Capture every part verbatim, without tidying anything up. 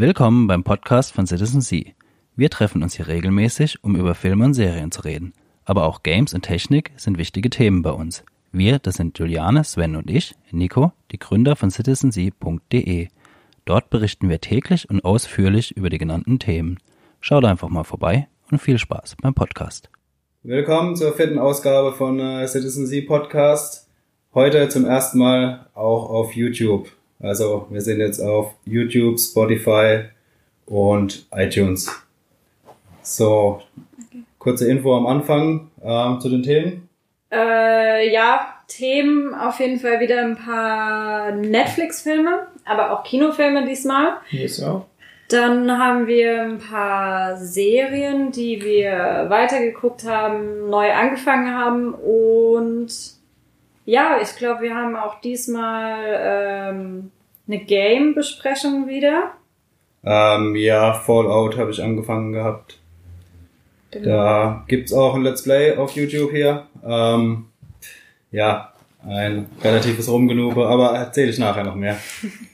Willkommen beim Podcast von Citizen C. Wir treffen uns hier regelmäßig, um über Filme und Serien zu reden. Aber auch Games und Technik sind wichtige Themen bei uns. Wir, das sind Juliane, Sven und ich, Nico, die Gründer von citizen c punkt de. Dort berichten wir täglich und ausführlich über die genannten Themen. Schaut einfach mal vorbei und viel Spaß beim Podcast. Willkommen zur vierten Ausgabe von äh, Citizen C Podcast. Heute zum ersten Mal auch auf YouTube. Also wir sind jetzt auf YouTube, Spotify und iTunes. So, kurze Info am Anfang ähm, zu den Themen. Äh, ja, Themen auf jeden Fall wieder ein paar Netflix-Filme, aber auch Kinofilme diesmal. Yes, ja. Dann haben wir ein paar Serien, die wir weitergeguckt haben, neu angefangen haben und ja, ich glaube, wir haben auch diesmal ähm, eine Game-Besprechung wieder. Ähm, ja, Fallout habe ich angefangen gehabt. Genau. Da gibt's auch ein Let's Play auf YouTube hier. Ähm, ja, ein relatives Rumgenube, aber erzähle ich nachher noch mehr.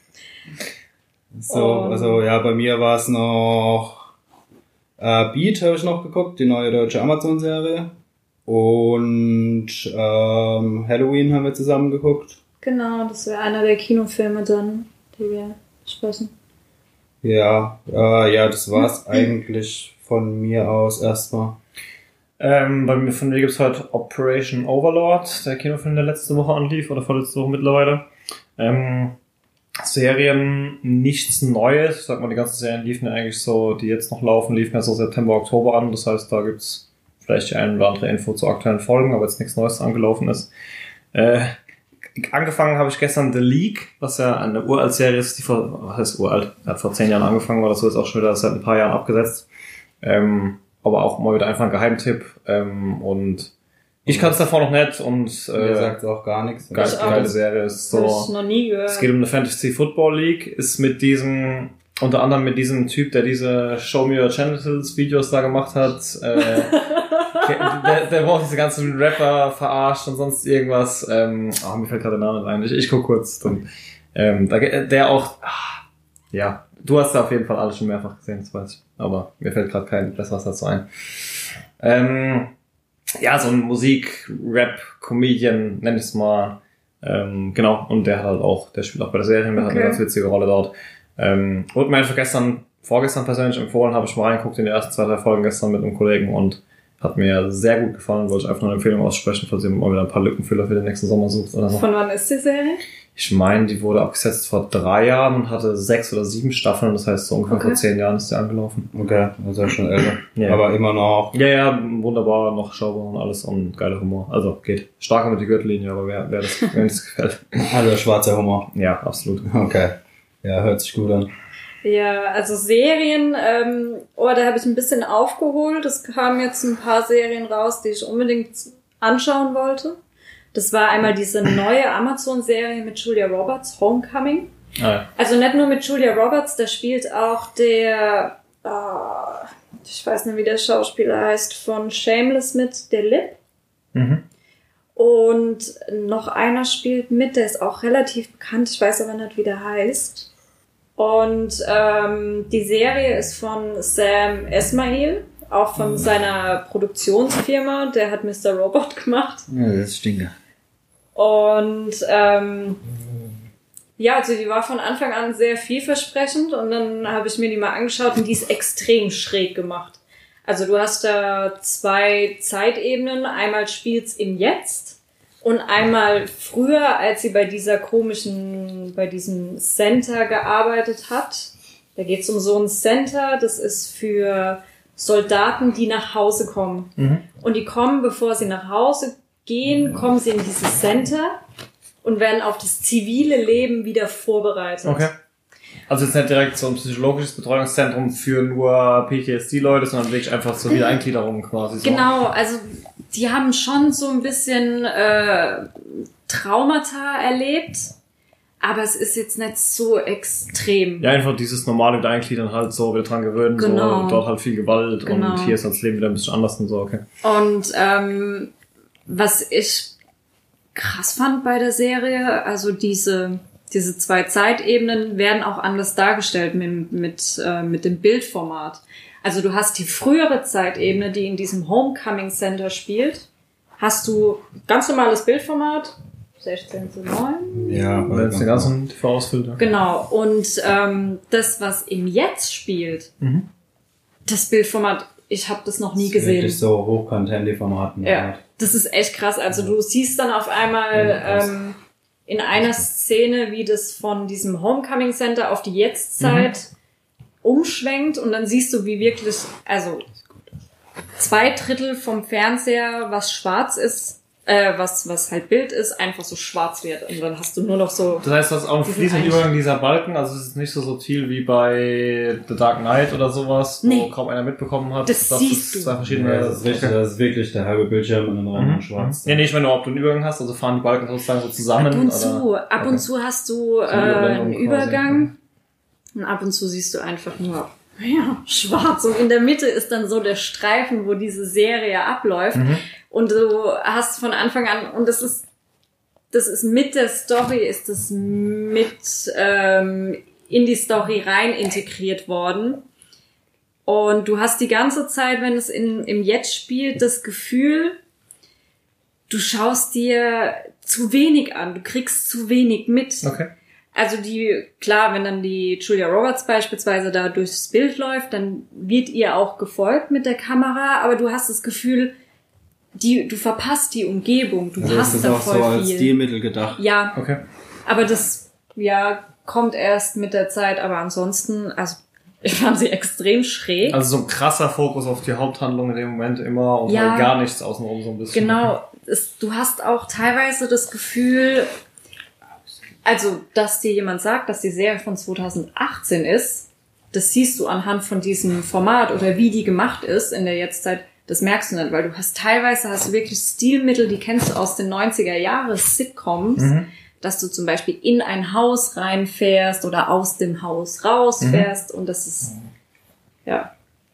So, um. also ja, bei mir war es noch äh, Beat habe ich noch geguckt, die neue deutsche Amazon-Serie. Und ähm, Halloween haben wir zusammen geguckt. Genau, das wäre einer der Kinofilme dann, die wir sprechen. Ja, äh, ja, das war's eigentlich von mir aus erstmal. Ähm, bei mir von mir gibt's heute Operation Overlord, der Kinofilm, der letzte Woche anlief, oder vorletzte Woche mittlerweile. Ähm, Serien, nichts Neues. Ich sag mal, die ganzen Serien liefen ja eigentlich so, die jetzt noch laufen, liefen ja so September, Oktober an. Das heißt, da gibt's vielleicht die eine oder andere Info zu aktuellen Folgen, aber jetzt nichts Neues angelaufen ist. Äh, angefangen habe ich gestern The League, was ja eine uralt Serie ist, die vor, was heißt uralt, hat vor zehn Jahren angefangen, war das so jetzt auch schon wieder seit ein paar Jahren abgesetzt. Ähm, aber auch mal wieder einfach ein Geheimtipp. Ähm, und ich kann es davor noch nicht und äh, mir sagt auch gar nichts. Geile, geile Serie ist so. Das hab ich noch nie gehört. Es geht um eine Fantasy Football League, ist mit diesem unter anderem mit diesem Typ, der diese Show Me Your Genitals Videos da gemacht hat. Äh, der, der braucht diese ganzen Rapper verarscht und sonst irgendwas. Ähm, oh, mir fällt gerade der Name rein. Ich, ich guck kurz. Dann, ähm, der auch, ach, ja, du hast da auf jeden Fall alles schon mehrfach gesehen, das weiß ich. Aber mir fällt gerade kein besseres dazu ein. Ähm, ja, so ein Musik, Rap, Comedian, nenn ich es mal. Ähm, genau, und der hat halt auch, der spielt auch bei der Serie, der okay. hat eine ganz witzige Rolle dort. Ähm, wurde mir einfach gestern, vorgestern persönlich empfohlen, habe ich mal reingeguckt in die ersten zwei, drei Folgen gestern mit einem Kollegen und hat mir sehr gut gefallen, wollte ich einfach nur eine Empfehlung aussprechen, falls ihr mal wieder ein paar Lückenfüller für den nächsten Sommer sucht oder so. Von wann ist die Serie? Ich meine, die wurde abgesetzt vor drei Jahren und hatte sechs oder sieben Staffeln, das heißt so ungefähr okay. vor zehn Jahren ist die angelaufen. Okay, also ja schon älter. Ja. Aber immer noch. Ja, ja, wunderbar, noch schaubar und alles und geiler Humor. Also geht. Stark mit die Gürtellinie, aber wer, wer das, wer das gefällt. Also schwarzer Humor. Ja, absolut. Okay. Ja, hört sich gut an. Ja, also Serien, ähm, oh, da habe ich ein bisschen aufgeholt. Es kamen jetzt ein paar Serien raus, die ich unbedingt anschauen wollte. Das war einmal diese neue Amazon-Serie mit Julia Roberts, Homecoming. Ah, ja. Also nicht nur mit Julia Roberts, da spielt auch der, äh, ich weiß nicht, wie der Schauspieler heißt, von Shameless mit, der Lip. Mhm. Und noch einer spielt mit, der ist auch relativ bekannt, ich weiß aber nicht, wie der heißt. Und ähm, die Serie ist von Sam Esmail, auch von mhm. seiner Produktionsfirma, der hat Mister Robot gemacht. Ja, das stinkt. Und ähm, ja, also die war von Anfang an sehr vielversprechend und dann habe ich mir die mal angeschaut und die ist extrem schräg gemacht. Also du hast da zwei Zeitebenen, einmal spielt's im Jetzt und einmal früher, als sie bei dieser komischen, bei diesem Center gearbeitet hat. Da geht's um so ein Center, das ist für Soldaten, die nach Hause kommen. Mhm. Und die kommen, bevor sie nach Hause gehen, kommen sie in dieses Center und werden auf das zivile Leben wieder vorbereitet. Okay. Also jetzt nicht direkt so ein psychologisches Betreuungszentrum für nur P T S D-Leute, sondern wirklich einfach so Wiedereingliederung quasi. So. Genau, also die haben schon so ein bisschen äh, Traumata erlebt, aber es ist jetzt nicht so extrem. Ja, einfach dieses normale Wiedereingliedern halt so wieder dran gewöhnen, genau. so dort halt viel Gewalt genau. und hier ist das Leben wieder ein bisschen anders und so, okay. Und ähm, was ich krass fand bei der Serie, also diese diese zwei Zeitebenen werden auch anders dargestellt mit, mit, äh, mit dem Bildformat. Also du hast die frühere Zeitebene, die in diesem Homecoming Center spielt, hast du ganz normales Bildformat, sechzehn zu neun. Ja, Weil es den ganzen T V ausfüllt. Ja. Genau, und ähm, das, was im Jetzt spielt, Mhm. das Bildformat, ich habe das noch nie das ist gesehen. wirklich so Hochkant-Handy-Formaten. Ja, das ist echt krass. Also du siehst dann auf einmal Ja, krass. ähm, in einer Szene, wie das von diesem Homecoming Center auf die Jetztzeit umschwenkt und dann siehst du, wie wirklich, also zwei Drittel vom Fernseher, was schwarz ist, äh, was was halt Bild ist, einfach so schwarz wird. Und dann hast du nur noch so... Das heißt, das ist auch ein diesen fließender Einsch- Übergang dieser Balken, also es ist nicht so subtil wie bei The Dark Knight oder sowas, wo Nee. kaum einer mitbekommen hat. Das dass siehst es du. zwei verschiedene... Ja, das, ist richtig, das ist wirklich der halbe Bildschirm und dann Raum Mhm. schwarz. Ja, nee, ich meine, ob du einen Übergang hast, also fahren die Balken sozusagen so zusammen. Ab und oder? zu, ab Okay. und zu hast du äh, Überblendung einen quasi, Übergang und ab und zu siehst du einfach nur ja, schwarz und in der Mitte ist dann so der Streifen, wo diese Serie abläuft Mhm. und du hast von Anfang an und das ist das ist mit der Story ist das mit ähm, in die Story rein integriert worden und du hast die ganze Zeit, wenn es in, im Jetzt spielt, das Gefühl, du schaust dir zu wenig an, du kriegst zu wenig mit. Okay. Also die, klar, wenn dann die Julia Roberts beispielsweise da durchs Bild läuft, dann wird ihr auch gefolgt mit der Kamera, aber du hast das Gefühl, die, du verpasst die Umgebung, du Also ist hast das da auch voll so als viel. Stilmittel gedacht. Ja, Okay. aber das, ja, kommt erst mit der Zeit, aber ansonsten, also ich fand sie extrem schräg. Also so ein krasser Fokus auf die Haupthandlung in dem Moment immer und Ja. halt gar nichts außenrum so ein bisschen. Genau, es, du hast auch teilweise das Gefühl, also, dass dir jemand sagt, dass die Serie von zweitausendachtzehn ist, das siehst du anhand von diesem Format oder wie die gemacht ist in der Jetztzeit, das merkst du nicht, weil du hast teilweise hast du wirklich Stilmittel, die kennst du aus den neunziger Jahre Sitcoms, Mhm. dass du zum Beispiel in ein Haus reinfährst oder aus dem Haus rausfährst und das ist, ja.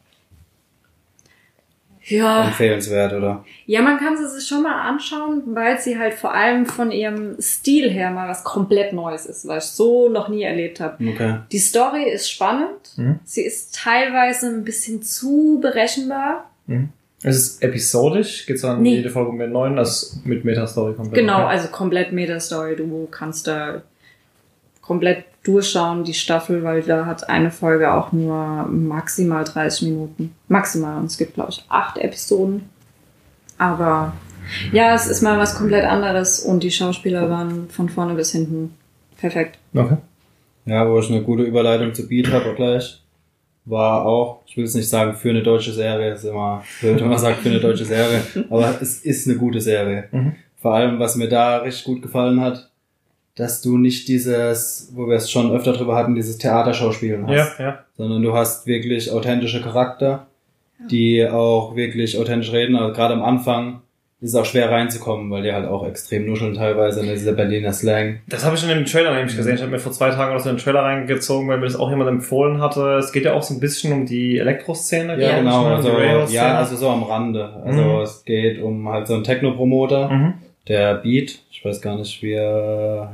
Ja. Empfehlenswert, oder? Ja, man kann sie sich schon mal anschauen, weil sie halt vor allem von ihrem Stil her mal was komplett Neues ist, was ich so noch nie erlebt habe. Okay. Die Story ist spannend. Mhm. Sie ist teilweise ein bisschen zu berechenbar. Mhm. Es ist episodisch, geht's dann Nee. jede Folge mit neun, das mit Metastory komplett. Genau, okay. also komplett Meta-Story. Du kannst da komplett durchschauen, die Staffel, weil da hat eine Folge auch nur maximal dreißig Minuten. Maximal. Und es gibt, glaube ich, acht Episoden. Aber ja, es ist mal was komplett anderes und die Schauspieler waren von vorne bis hinten perfekt. Okay. Ja, wo ich eine gute Überleitung zu Beat habe, auch gleich. War auch, ich will es nicht sagen für eine deutsche Serie, ist immer blöd, wenn man sagt für eine deutsche Serie, aber es ist eine gute Serie. Mhm. Vor allem, was mir da richtig gut gefallen hat, dass du nicht dieses, wo wir es schon öfter drüber hatten, dieses Theaterschauspielen hast, Ja, ja. sondern du hast wirklich authentische Charakter, die auch wirklich authentisch reden. Also gerade am Anfang ist es auch schwer reinzukommen, weil die halt auch extrem nuscheln teilweise, ne, dieser Berliner Slang. Das habe ich in dem Trailer nämlich gesehen. Ich habe mir vor zwei Tagen oder so den Trailer reingezogen, weil mir das auch jemand empfohlen hatte. Es geht ja auch so ein bisschen um die Elektroszene. Ja, glaub ich, genau, ne? also, Die Radio-Szene. ja, also so am Rande. Also Mhm. es geht um halt so einen Techno-Promoter, Mhm. der Beat, ich weiß gar nicht, wie er,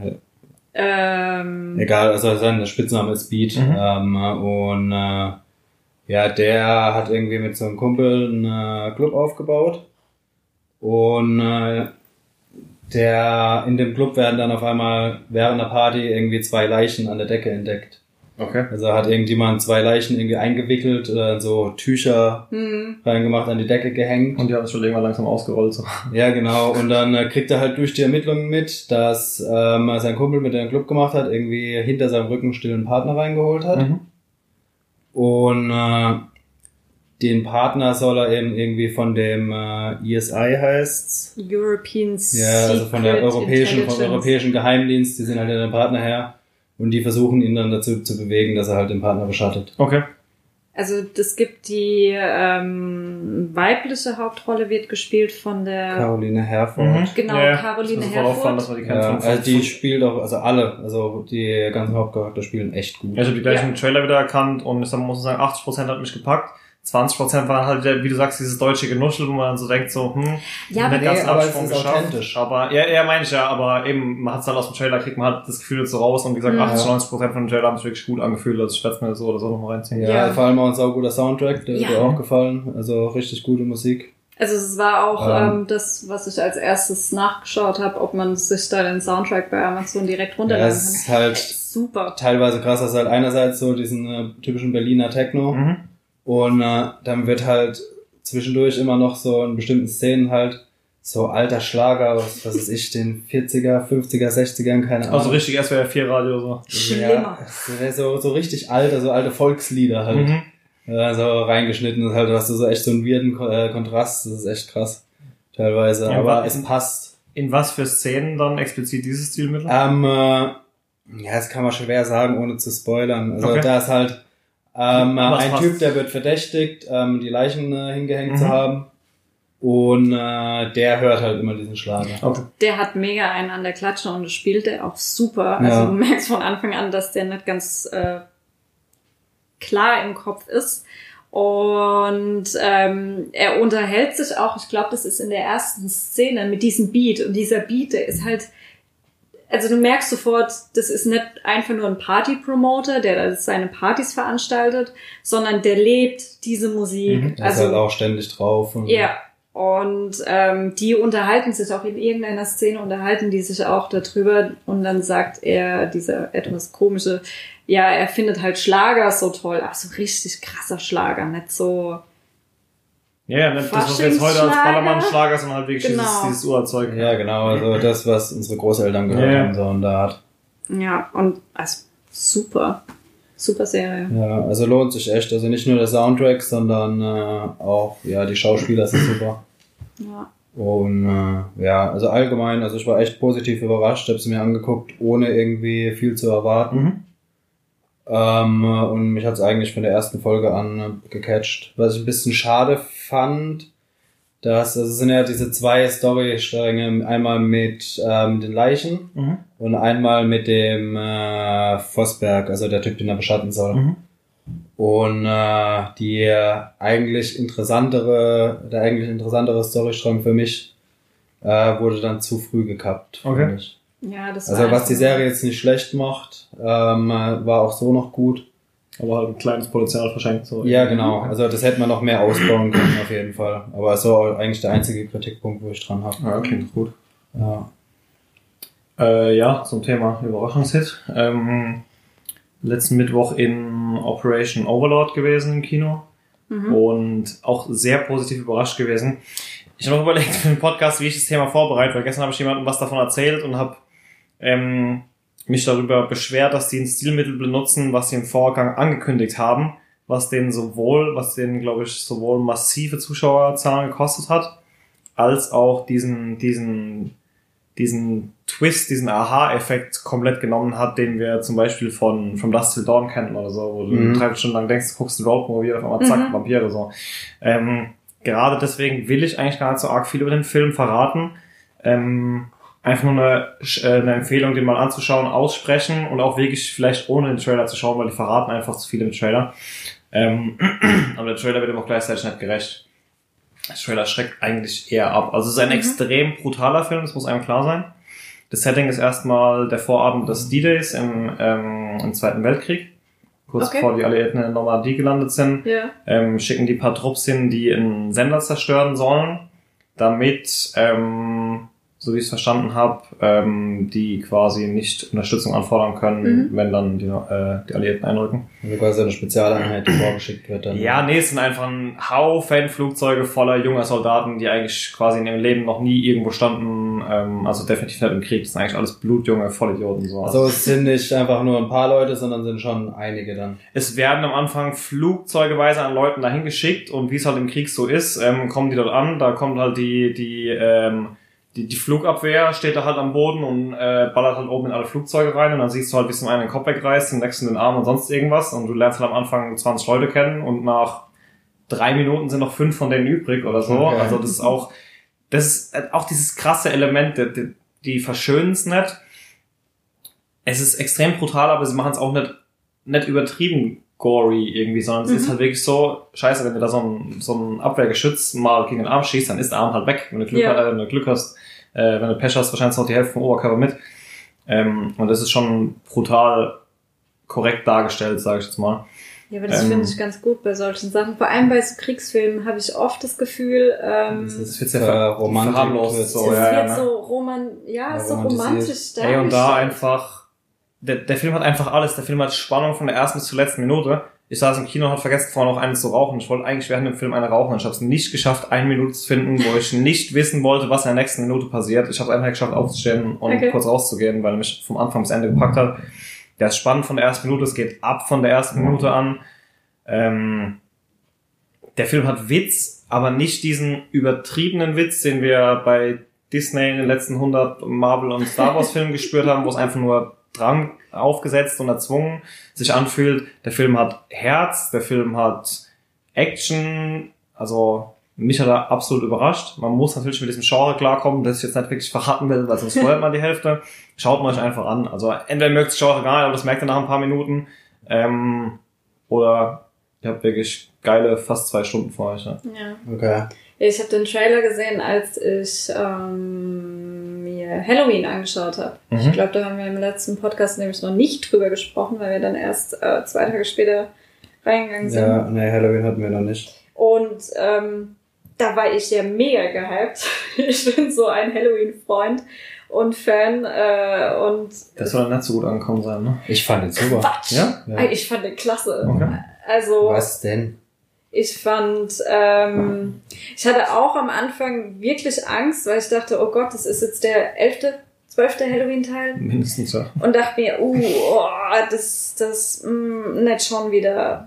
Ähm, egal, also sein Spitzname ist Beat, Mhm. ähm, und äh, ja, der hat irgendwie mit so einem Kumpel einen äh, Club aufgebaut und äh, der in dem Club werden dann auf einmal während der Party irgendwie zwei Leichen an der Decke entdeckt. Okay. Also hat irgendjemand zwei Leichen irgendwie eingewickelt oder in so Tücher hm, reingemacht, an die Decke gehängt. Und die haben es schon irgendwann langsam ausgerollt. So. Ja, genau. Und dann äh, kriegt er halt durch die Ermittlungen mit, dass ähm, sein Kumpel, mit dem er einen Club gemacht hat, irgendwie hinter seinem Rücken einen stillen Partner reingeholt hat. Mhm. Und äh, den Partner soll er eben irgendwie von dem äh, E S I heißt's. European Ja, also von der Secret europäischen, vom Intelligence. europäischen Geheimdienst, die sind halt der Partner her. Und die versuchen ihn dann dazu zu bewegen, dass er halt den Partner beschattet. Okay. Also es gibt die ähm, weibliche Hauptrolle wird gespielt von der Caroline Herford. Mhm. Genau, ja, ja. Caroline Das muss man auffallen, Herford. dass man die kennt. Ja, von- von- also die von- spielt auch, also alle, also die ganzen Hauptcharakter spielen echt gut. Ja, ich habe die gleichen Ja. Trailer wieder erkannt und ich sag, muss sagen, achtzig Prozent hat mich gepackt. zwanzig Prozent war halt, wie du sagst, dieses deutsche Genuschel, wo man dann so denkt, so, hm, ja, aber, nee, aber es ist geschafft. authentisch. Aber, ja, ja, meine ich ja, aber eben, man hat es halt aus dem Trailer, kriegt man halt das Gefühl jetzt so raus und wie gesagt, Mhm. achtzig, neunzig Prozent von dem Trailer haben sich wirklich gut angefühlt, also ich werde es mir so oder so noch mal reinziehen. Ja, Ja. vor allem auch ein sauguter Soundtrack, der Ja. hat mir auch gefallen. Also richtig gute Musik. Also es war auch Ähm. ähm, das, was ich als erstes nachgeschaut habe, ob man sich da den Soundtrack bei Amazon direkt Ja, runterladen es ist kann. halt Super. teilweise krass, dass halt einerseits so diesen äh, typischen Berliner Techno Mhm. und äh, dann wird halt zwischendurch immer noch so in bestimmten Szenen halt so alter Schlager aus, was weiß ich, den vierziger, fünfziger, sechzigern, keine Ahnung. Also richtig S W R vier Radio so. Schlimmer. Ja, so, so richtig alte, so alte Volkslieder halt. Mhm. Ja, so reingeschnitten ist halt, du hast so echt so einen weirden Ko- äh, Kontrast, das ist echt krass. Teilweise, Ja, aber wa- es passt. In was für Szenen dann explizit dieses Stilmittel? Ähm, äh, ja, das kann man schwer sagen, ohne zu spoilern. Also Okay. da ist halt ähm, Aber es ein passt. Typ, der wird verdächtigt, ähm, die Leichen äh, hingehängt Mhm. zu haben. Und äh, der hört halt immer diesen Schlager. Okay. Der hat mega einen an der Klatsche und das spielt er auch super. Also Ja. du merkst von Anfang an, dass der nicht ganz äh, klar im Kopf ist. Und ähm, er unterhält sich auch, ich glaube, das ist in der ersten Szene mit diesem Beat. Und dieser Beat, der ist halt, also du merkst sofort, das ist nicht einfach nur ein Party-Promoter, der da seine Partys veranstaltet, sondern der lebt diese Musik. Mhm. Er ist Also halt auch ständig drauf. Und ja, und ähm, die unterhalten sich auch in irgendeiner Szene, unterhalten die sich auch darüber und dann sagt er, dieser etwas komische, ja, er findet halt Schlager so toll, ach so richtig krasser Schlager, nicht so, Ja, ja, nicht das, was wir jetzt heute als Faschingsschlager. Ballermann-Schlager, sondern halt wirklich Genau. dieses, dieses Urzeug. Ja, genau, also das, was unsere Großeltern gehört Ja. haben, so in der Art. ja, und also super, super Serie. Ja, also lohnt sich echt. Also nicht nur der Soundtrack, sondern äh, auch, ja, die Schauspieler sind super. Ja. Und äh, ja, also allgemein, also ich war echt positiv überrascht, habe es mir angeguckt, ohne irgendwie viel zu erwarten. Mhm. Ähm, und mich hat es eigentlich von der ersten Folge an äh, gecatcht. Was ich ein bisschen schade fand, dass, also es sind ja diese zwei Storystränge, einmal mit ähm, den Leichen Mhm. und einmal mit dem äh, Vosberg, also der Typ, den er beschatten soll. Mhm. Und äh, die äh, eigentlich interessantere, der eigentlich interessantere Storystrang für mich äh, wurde dann zu früh gekappt. Okay. finde ich. Ja, das Also war was die einfach- Serie jetzt nicht schlecht macht, ähm, äh, war auch so noch gut. Aber halt ein kleines Potenzial verschenkt. So. Ja, genau. Also das hätte man noch mehr ausbauen können auf jeden Fall. Aber es war eigentlich der einzige Kritikpunkt, wo ich dran habe. Ja, klingt gut. Ja. Äh, ja, zum Thema Überraschungshit. Ähm, letzten Mittwoch in Operation Overlord gewesen im Kino. Mhm. Und auch sehr positiv überrascht gewesen. Ich habe noch überlegt für den Podcast, wie ich das Thema vorbereite, weil gestern habe ich jemandem was davon erzählt und habe ähm, mich darüber beschwert, dass die ein Stilmittel benutzen, was sie im Vorgang angekündigt haben, was denen sowohl, was denen, glaube ich, sowohl massive Zuschauerzahlen gekostet hat, als auch diesen, diesen, diesen Twist, diesen Aha-Effekt komplett genommen hat, den wir zum Beispiel von From Dusk Till Dawn kennen oder so, wo du Mhm. drei Stunden lang denkst, du guckst einen Roadmovie, auf einmal zack, Mhm. Vampire, so. Ähm, gerade deswegen will ich eigentlich gar nicht so arg viel über den Film verraten. Ähm, einfach nur eine, äh, eine Empfehlung, den mal anzuschauen, aussprechen und auch wirklich vielleicht ohne den Trailer zu schauen, weil die verraten einfach zu viel im Trailer. Ähm, aber der Trailer wird ihm auch gleichzeitig nicht gerecht. Der Trailer schreckt eigentlich eher ab. Also es ist ein Mhm. extrem brutaler Film, das muss einem klar sein. Das Setting ist erstmal der Vorabend des D-Days im, ähm, im Zweiten Weltkrieg. Kurz Okay. bevor die Alliierten in der Normandie gelandet sind, Ja. ähm, schicken die paar Trupps hin, die einen Sender zerstören sollen, damit, ähm, so wie ich es verstanden habe, ähm, die quasi nicht Unterstützung anfordern können, Mhm. wenn dann die, äh, die Alliierten einrücken. Also quasi eine Spezialeinheit, die vorgeschickt wird dann. Ja, nee, es sind einfach ein Haufen Flugzeuge voller junger Soldaten, die eigentlich quasi in ihrem Leben noch nie irgendwo standen, ähm, also definitiv nicht im Krieg. Das sind eigentlich alles blutjunge Vollidioten. So. Also es sind nicht einfach nur ein paar Leute, sondern sind schon einige dann. Es werden am Anfang flugzeugeweise an Leuten dahin geschickt und wie es halt im Krieg so ist, ähm, kommen die dort an, da kommt halt die, die, ähm, die, die Flugabwehr steht da halt am Boden und äh, ballert halt oben in alle Flugzeuge rein und dann siehst du halt, wie es zum einen den Kopf wegreißt, zum nächsten den Arm und sonst irgendwas und du lernst halt am Anfang zwanzig Leute kennen und nach drei Minuten sind noch fünf von denen übrig oder so. Okay. Also das ist auch, das ist äh, auch dieses krasse Element, die, die, die verschönen es nicht. Es ist extrem brutal, aber sie machen es auch nicht, nicht übertrieben gory irgendwie, sondern es Mhm. ist halt wirklich so, scheiße, wenn du da so ein, so ein Abwehrgeschütz mal gegen den Arm schießt, dann ist der Arm halt weg. Wenn du Glück, Ja. äh, wenn du Glück hast, äh, wenn du Pech hast, wahrscheinlich noch die Hälfte vom Oberkörper mit. Ähm, und das ist schon brutal korrekt dargestellt, sage ich jetzt mal. Ja, aber das Ähm, finde ich ganz gut bei solchen Sachen. Vor allem bei so Kriegsfilmen habe ich oft das Gefühl, ähm, Das es ist wird sehr äh, ver- romantisch. verharmlost, wird so, wird ja, ja, ne? so roman, ja, Ja, so romantisiert. romantisch Ey, und da dargestellt. einfach, der, der Film hat einfach alles. Der Film hat Spannung von der ersten bis zur letzten Minute. Ich saß im Kino und habe vergessen, vorher noch eines zu rauchen. Ich wollte eigentlich während dem Film eine rauchen. Ich habe es nicht geschafft, eine Minute zu finden, wo ich nicht wissen wollte, was in der nächsten Minute passiert. Ich habe es einfach geschafft, aufzustehen und Okay. kurz rauszugehen, weil er mich vom Anfang bis Ende gepackt hat. Der ist spannend von der ersten Minute. Es geht ab von der ersten Minute an. Ähm, der Film hat Witz, aber nicht diesen übertriebenen Witz, den wir bei Disney in den letzten hundert Marvel- und Star Wars-Filmen gespürt haben, wo es einfach nur dran aufgesetzt und erzwungen sich anfühlt. Der Film hat Herz, der Film hat Action, also mich hat er absolut überrascht. Man muss natürlich mit diesem Genre klarkommen, das ich jetzt nicht wirklich verraten will, weil sonst spoilert man die Hälfte. Schaut man euch einfach an. Also entweder mögt das Genre gar nicht, aber das merkt ihr nach ein paar Minuten. Ähm, oder ihr habt wirklich geile fast zwei Stunden vor euch. Ja. Ja. Okay. Ich habe den Trailer gesehen, als ich ähm, mir Halloween angeschaut habe. Mhm. Ich glaube, da haben wir im letzten Podcast nämlich noch nicht drüber gesprochen, weil wir dann erst äh, zwei Tage später reingegangen sind. Ja, nee, Halloween hatten wir noch nicht. Und ähm, da war ich ja mega gehypt. Ich bin so ein Halloween-Freund und Fan äh, und Das soll nicht so gut angekommen sein, ne? Ich fand den super. Quatsch. Ja? Ja. Ey, ich fand den klasse. Okay. Also Was denn? ich fand, ähm, ich hatte auch am Anfang wirklich Angst, weil ich dachte, oh Gott, das ist jetzt der elfte, zwölfte Halloween-Teil. Mindestens, ja. Und dachte mir, uh, oh, das, das, mh, nicht schon wieder.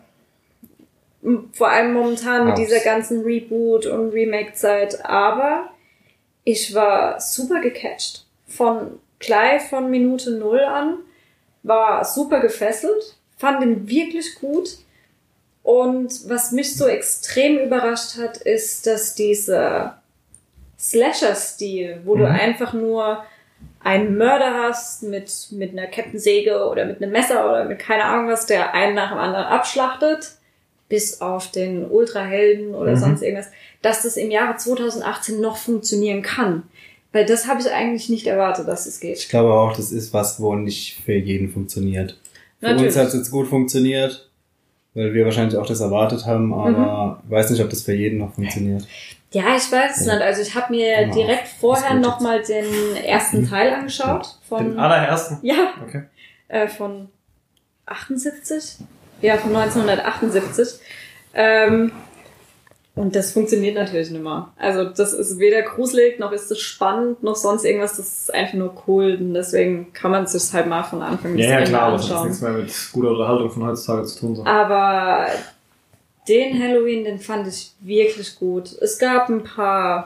Vor allem momentan mit Aus. dieser ganzen Reboot- und Remake-Zeit. Aber ich war super gecatcht. Von gleich von Minute null an. War super gefesselt. Fand ihn wirklich gut. Und was mich so extrem überrascht hat, ist, dass dieser Slasher-Stil, wo Mhm. du einfach nur einen Mörder hast mit, mit einer Kettensäge oder mit einem Messer oder mit keine Ahnung was, der einen nach dem anderen abschlachtet, bis auf den Ultrahelden oder Mhm. sonst irgendwas, dass das im Jahre zweitausendachtzehn noch funktionieren kann. Weil das habe ich eigentlich nicht erwartet, dass es geht. Ich glaube auch, das ist was, wo nicht für jeden funktioniert. Für Natürlich. uns hat es jetzt gut funktioniert, weil wir wahrscheinlich auch das erwartet haben, aber ich weiß nicht, ob das für jeden noch funktioniert. Ja, ich weiß es Ja. nicht. Also ich habe mir Ja, direkt vorher ist gut nochmal den ersten Teil angeschaut. Von, Den allerersten. ja, Okay. äh, von achtundsiebzig? Ja, von neunzehnhundertachtundsiebzig. Ähm, und das funktioniert natürlich nicht mehr. Also das ist weder gruselig, noch ist es spannend, noch sonst irgendwas. Das ist einfach nur cool. Und deswegen kann man es sich halt mal von Anfang bis Ja, ja, Ende klar, aber das hat anschauen. nichts mehr mit guter Unterhaltung von heutzutage zu tun. So. Aber den Halloween, den fand ich wirklich gut. Es gab ein paar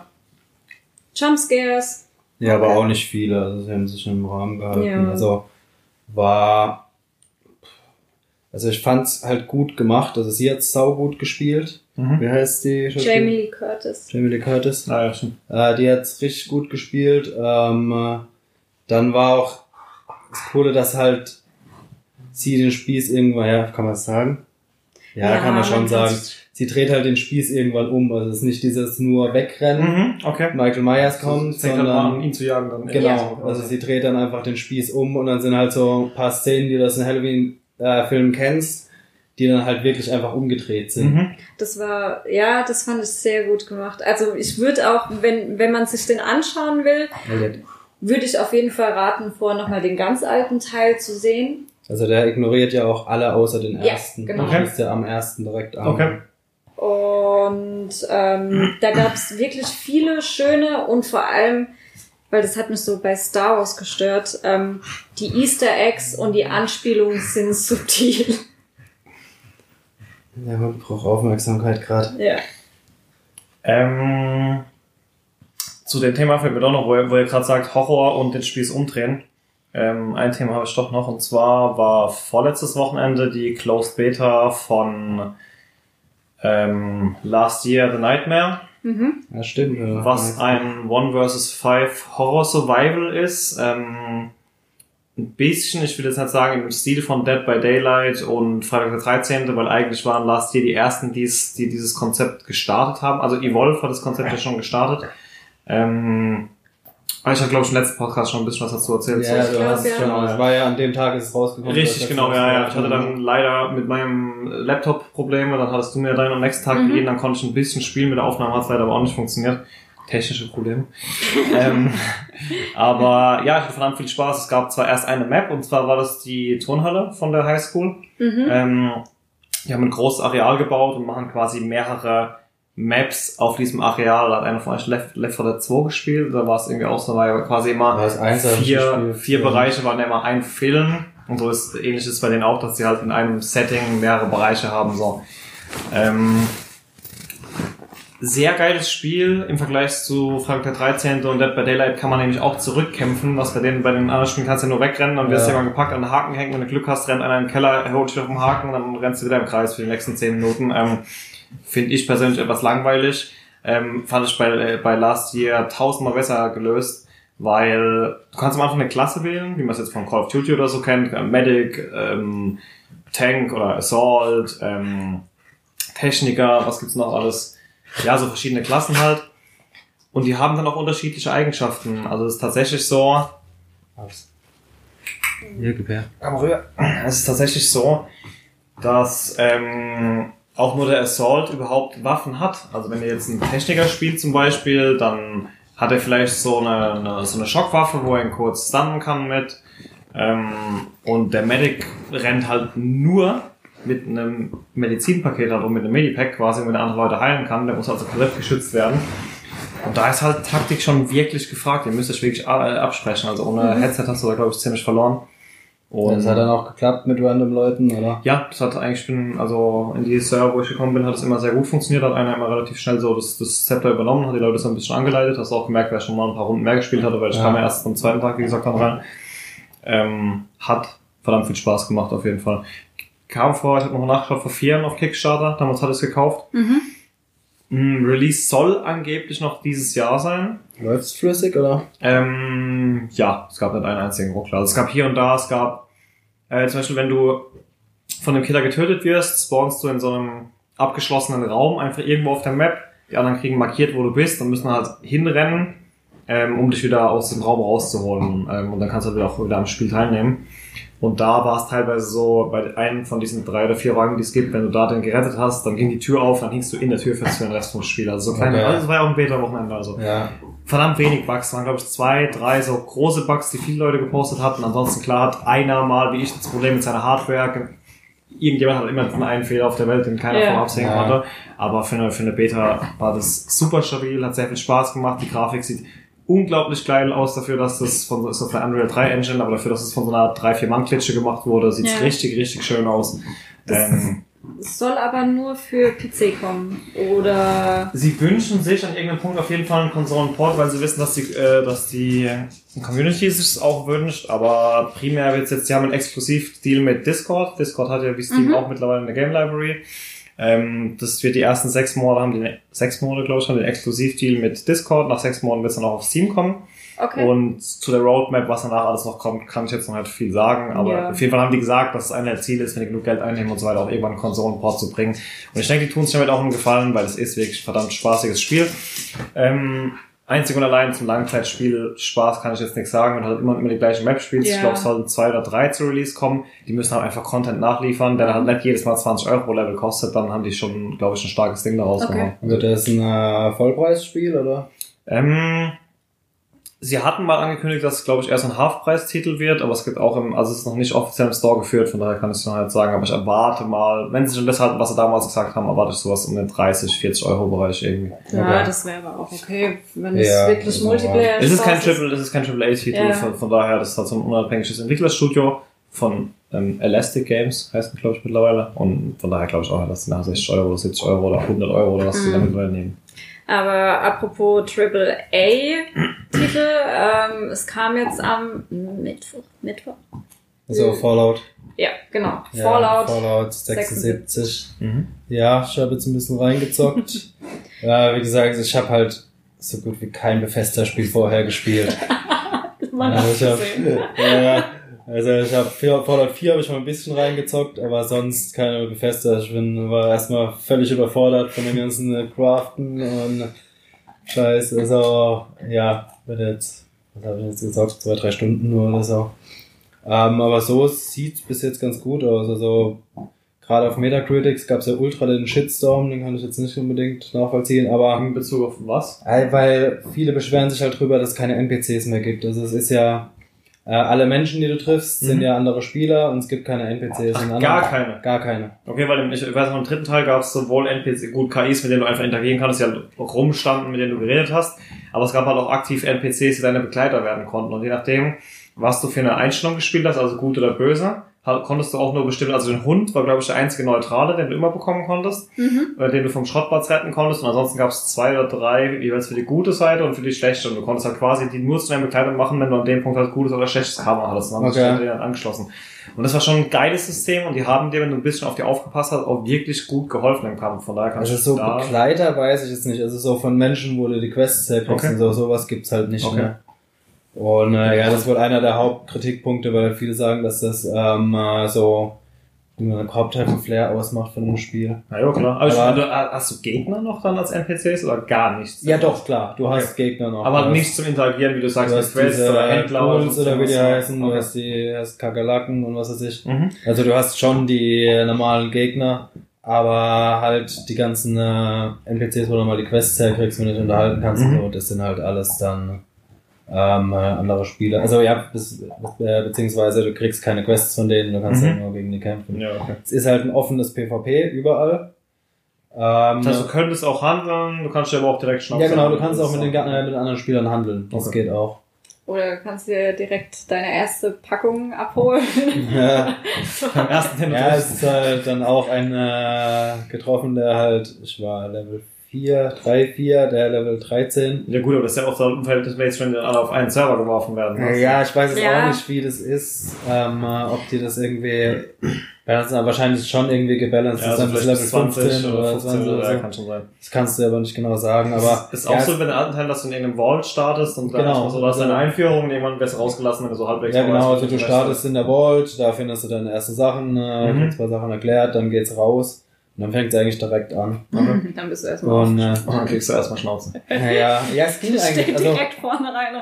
Jumpscares. Ja, aber auch nicht viele, also sie haben sich im Rahmen gehalten. Ja. Also war, also ich fand's halt gut gemacht, also sie hat saugut gespielt. Mhm. Wie heißt die? Jamie Lee Curtis. Jamie Lee Curtis. Ah, ja, stimmt. Äh, die hat's richtig gut gespielt. Ähm, äh, dann war auch das Coole, dass halt sie den Spieß irgendwann, ja, kann man das sagen? Ja, Ja, kann man schon man sagen. kann's- Sie dreht halt den Spieß irgendwann um. Also es ist nicht dieses nur Wegrennen. Mhm, okay. Michael Myers kommt, Es fängt halt mal an, sondern ihn zu jagen dann. genau. Ja. Also sie dreht dann einfach den Spieß um und dann sind halt so ein paar Szenen, die du aus den Halloween-Filmen kennst, die dann halt wirklich einfach umgedreht sind. Mhm. Das war, ja, das fand ich sehr gut gemacht. Also ich würde auch, wenn, wenn man sich den anschauen will, würde ich auf jeden Fall raten, vorher nochmal den ganz alten Teil zu sehen. Also der ignoriert ja auch alle außer den Ja, ersten. genau. Du schließt ja am ersten direkt an. Okay. Und ähm, da gab es wirklich viele schöne und vor allem, weil das hat mich so bei Star Wars gestört, ähm, die Easter Eggs und die Anspielungen sind subtil. Der Hund braucht Aufmerksamkeit gerade. Ja. Ähm, zu dem Thema fällt mir doch noch, wo ihr, wo ihr gerade sagt, Horror und den Spieß umdrehen. Ähm, ein Thema habe ich doch noch, und zwar war vorletztes Wochenende die Closed Beta von ähm, Last Year The Nightmare, Mhm. Ja, stimmt. Ja. was ein One versus Five Horror Survival ist. Ähm, ein bisschen, ich will jetzt nicht sagen, im Stil von Dead by Daylight und Freitag der dreizehnte, weil eigentlich waren Last Year die ersten, die die dieses Konzept gestartet haben. Also Evolve hat das Konzept ja schon gestartet. Ähm, aber ich habe, glaube ich, im letzten Podcast schon ein bisschen was dazu erzählt. Ja, so. du hast ja. es schon, es war ja an dem Tag, ist es rausgekommen. Richtig, genau, ja, ja. Ich hatte dann leider mit meinem Laptop Probleme, dann hattest du mir deinen am nächsten Tag mhm. gegeben, dann konnte ich ein bisschen spielen, mit der Aufnahme hat es leider aber auch nicht funktioniert. Technische Probleme. ähm, aber ja, ich hatte verdammt viel Spaß. Es gab zwar erst eine Map, und zwar war das die Turnhalle von der Highschool. Mhm. Ähm, die haben ein großes Areal gebaut und machen quasi mehrere Maps auf diesem Areal. Da hat einer von euch Left, Left four Dead zwei gespielt. Da war es irgendwie auch so, weil quasi immer vier, vier Bereiche waren immer ein Film. Und so ist ähnliches bei denen auch, dass sie halt in einem Setting mehrere Bereiche haben. So. Ähm, Sehr geiles Spiel im Vergleich zu Freitag der dreizehnte und Dead by Daylight kann man nämlich auch zurückkämpfen, was bei denen bei den anderen Spielen kannst du ja nur wegrennen, dann wirst du ja mal gepackt, an den Haken hängen, wenn du Glück hast, rennt einer in den Keller, holt dich auf den Haken, dann rennst du wieder im Kreis für die nächsten zehn Minuten. Ähm, Finde ich persönlich etwas langweilig. Ähm, fand ich bei, äh, bei Last Year tausendmal besser gelöst, weil du kannst am Anfang eine Klasse wählen, wie man es jetzt von Call of Duty oder so kennt, Medic, ähm, Tank oder Assault, ähm, Techniker, was gibt's noch alles? Ja, so verschiedene Klassen halt. Und die haben dann auch unterschiedliche Eigenschaften. Also es ist tatsächlich so... Hier, gib her. Komm rüber. Es ist tatsächlich so, dass ähm, auch nur der Assault überhaupt Waffen hat. Also wenn ihr jetzt einen Techniker spielt zum Beispiel, dann hat er vielleicht so eine, eine, so eine Schockwaffe, wo er ihn kurz stunnen kann mit. Ähm, und der Medic rennt halt nur mit einem Medizinpaket, also mit einem Medipack quasi, wenn er andere Leute heilen kann, der muss also komplett geschützt werden. Und da ist halt Taktik schon wirklich gefragt, ihr müsst euch wirklich absprechen, also ohne mhm. Headset hast du da, glaube ich, ziemlich verloren. Und das hat dann auch geklappt mit random Leuten, oder? Ja, das hat eigentlich, ich bin, also in die Server, wo ich gekommen bin, hat es immer sehr gut funktioniert, hat einer immer relativ schnell so das, das Zepter übernommen, hat die Leute so ein bisschen angeleitet, hast auch gemerkt, wer schon mal ein paar Runden mehr gespielt hatte, weil ich ja. kam ja erst am zweiten Tag, wie gesagt, dann rein. Ähm, hat verdammt viel Spaß gemacht, auf jeden Fall. Kam vor, ich habe noch nachgeschaut, vor vier Jahren auf Kickstarter, damals hat es gekauft. Mhm. Mm, Release soll angeblich noch dieses Jahr sein. Läuft's flüssig, oder? Ähm, ja, es gab nicht einen einzigen Ruckler. Also es gab hier und da, es gab, äh, zum Beispiel, wenn du von dem Killer getötet wirst, spawnst du in so einem abgeschlossenen Raum, einfach irgendwo auf der Map. Die anderen kriegen markiert, wo du bist und müssen halt hinrennen, ähm, um dich wieder aus dem Raum rauszuholen. Ähm, und dann kannst du halt auch wieder am Spiel teilnehmen. Und da war es teilweise so, bei einem von diesen drei oder vier Wagen, die es gibt, wenn du da den gerettet hast, dann ging die Tür auf, dann hingst du in der Tür fest für den Rest vom Spiel. Also so kleine, okay. Also das war ja auch ein Beta-Wochenende, also. Ja. Verdammt wenig Bugs, waren glaube ich zwei, drei so große Bugs, die viele Leute gepostet hatten. Ansonsten klar hat einer mal, wie ich, das Problem mit seiner Hardware. Irgendjemand hat immer einen Fehler auf der Welt, den keiner yeah. vorab sehen ja. konnte. Aber für eine, für eine Beta war das super stabil, hat sehr viel Spaß gemacht, die Grafik sieht unglaublich geil aus dafür, dass das von so, ist auf der Unreal drei Engine, aber dafür, dass es von so einer drei vier Mann Klitsche gemacht wurde, sieht's ja. richtig, richtig schön aus. Ähm, soll aber nur für P C kommen, oder? Sie wünschen sich an irgendeinem Punkt auf jeden Fall einen Konsolenport, weil sie wissen, dass die, äh, dass die Community es auch wünscht, aber primär wird's jetzt, sie haben einen Exklusivdeal mit Discord. Discord hat ja wie Steam mhm. auch mittlerweile eine Game Library. Ähm, das wird die ersten sechs Monate, haben die sechs Monate, glaube ich, haben den Exklusivdeal mit Discord. Nach sechs Monaten wird es dann auch auf Steam kommen. Okay. Und zu der Roadmap, was danach alles noch kommt, kann ich jetzt noch nicht viel sagen. Aber ja. auf jeden Fall haben die gesagt, dass es einer der Ziele ist, wenn die genug Geld einnehmen und so weiter, auch irgendwann einen Konsolenport zu bringen. Und ich denke, die tun es damit auch einen Gefallen, weil es ist wirklich ein verdammt spaßiges Spiel. Ähm, Einzig und allein zum Langzeitspiel Spaß kann ich jetzt nichts sagen, wenn du halt immer, immer die gleiche Map spielst. Yeah. Ich glaube, es sollten zwei oder drei zu Release kommen. Die müssen halt einfach Content nachliefern, der halt nicht jedes Mal zwanzig Euro pro Level kostet. Dann haben die schon, glaube ich, ein starkes Ding daraus okay. gemacht. Wird das ein äh, Vollpreisspiel, oder? Ähm, sie hatten mal angekündigt, dass es, glaube ich, erst ein Halfpreistitel wird, aber es gibt auch im, also es ist noch nicht offiziell im Store geführt, von daher kann ich es noch halt sagen, aber ich erwarte mal, wenn sie schon das halten, was sie damals gesagt haben, erwarte ich sowas um den dreißig, vierzig Euro Bereich irgendwie. Ja, okay. Das wäre aber auch okay, wenn es ja, wirklich Multiplayer ist. Es ist kein Triple, das ist kein Triple A Titel, ja. von, von daher, das ist halt so ein unabhängiges Entwicklerstudio von ähm, Elastic Games, heißt es, glaube ich, mittlerweile, und von daher glaube ich auch, dass sie nach sechzig Euro oder siebzig Euro oder hundert Euro oder was sie mm. damit nehmen. Aber apropos Triple A-Titel, ähm, es kam jetzt am Mittwoch. Mittwoch? Also Fallout. Ja, genau. Ja, Fallout. Fallout sechsundsiebzig. Mhm. Ja, ich habe jetzt ein bisschen reingezockt. Ja, wie gesagt, ich habe halt so gut wie kein Bethesda-Spiel vorher gespielt. Man ja, ich hab, ja, Also ich habe Fallout vier habe ich mal ein bisschen reingezockt, aber sonst keine Bethesda. Ich bin war erstmal völlig überfordert von den ganzen äh, Craften und Scheiß. Also ja, wird jetzt, was habe ich jetzt gezockt, zwei, drei Stunden nur oder so. Ähm, aber so sieht's bis jetzt ganz gut aus. Also gerade auf Metacritics gab's ja ultra den Shitstorm, den kann ich jetzt nicht unbedingt nachvollziehen, aber In Bezug auf was? weil viele beschweren sich halt drüber, dass es keine N P Cs mehr gibt. Also es ist ja äh, alle Menschen, die du triffst, sind Mhm. ja andere Spieler und es gibt keine N P Cs. Ach, in anderen, gar keine? Gar keine. Okay, weil im, ich weiß noch, im dritten Teil gab es sowohl N P C, gut K Is, mit denen du einfach interagieren kannst, die halt rumstanden, mit denen du geredet hast, aber es gab halt auch aktiv N P Cs, die deine Begleiter werden konnten. Und je nachdem, was du für eine Einstellung gespielt hast, also gut oder böse, halt, konntest du auch nur bestimmt, also den Hund war, glaube ich, der einzige Neutrale, den du immer bekommen konntest, Mhm. äh, den du vom Schrottplatz retten konntest. Und ansonsten gab es zwei oder drei, jeweils für die gute Seite und für die schlechte. Und du konntest halt quasi die nur zu deinen Begleitern machen, wenn du an dem Punkt halt gutes oder schlechtes Karma hattest. Und dann Okay. hast du dann angeschlossen. Und das war schon ein geiles System und die haben dir, wenn du ein bisschen auf die aufgepasst hast, auch wirklich gut geholfen im Kampf. Von daher kannst Also so da... Begleiter weiß ich jetzt nicht. Also so von Menschen, wo du die Quests herkriegst Okay. und so, sowas gibt's halt nicht Okay. mehr. Und äh, ja, das ist wohl einer der Hauptkritikpunkte, weil viele sagen, dass das ähm, äh, so einen Hauptteil-Flair ausmacht von einem Spiel. Na ja, klar. Aber, Aber- ich, du, hast du Gegner noch dann als N P Cs oder gar nichts? Ja doch, klar. Du Okay. hast Gegner noch. Aber Du hast- nicht zum Interagieren, wie du sagst, Du mit hast Quests diese oder Händler Ghouls so oder wie die was. heißen, du Okay. hast die hast Kakerlaken und was weiß ich. Mhm. Also du hast schon die normalen Gegner, aber halt die ganzen äh, N P Cs, wo du mal die Quests herkriegst, wenn du dich unterhalten kannst Mhm. und so, das sind halt alles dann ähm, äh, andere Spieler. Also ja, bis, äh, beziehungsweise du kriegst keine Quests von denen, du kannst Mhm. halt nur gegen die kämpfen. Ja, okay. Es ist halt ein offenes PvP überall. Ähm, Das heißt, du könntest auch handeln, du kannst dir aber auch direkt schnappen. ja genau, du kannst auch mit den, äh, mit den anderen Spielern handeln. Das Okay. geht auch. Oder du kannst dir direkt deine erste Packung abholen. Ja. Beim ersten den du Ja, triffst. es ist halt dann auch ein äh, getroffen, der halt, ich war Level vier, drei, vier, der Level dreizehn. Ja gut, aber das ist ja auch so ein Verhältnismäßig, wenn die alle auf einen Server geworfen werden. Äh, ja, ich weiß jetzt Ja. auch nicht, wie das ist, ähm, äh, ob die das irgendwie, balancen, aber wahrscheinlich schon irgendwie gebalanced Ja, ist, also dann bis vielleicht Level bis zwanzig fünfzehn oder oder fünfzehn zwanzig oder oder ja, so. kann schon sein. Das kannst du aber nicht genau sagen, aber Ist auch ja, so bei den alten Teilen, dass du in irgendeinem Vault startest und dann Genau. hast du so, du hast deine Einführung und irgendwann wirst du rausgelassen, wenn du so halbwegs ja genau, weißt, also was du du startest in der Vault, da findest du deine ersten Sachen, äh, Mhm. kriegst ein paar Sachen erklärt, dann geht's raus und dann fängt's eigentlich direkt an. Dann bist du erstmal Und äh, Und dann kriegst du erstmal Schnauzen. naja, ja, es ging eigentlich, Steht also direkt vorne rein.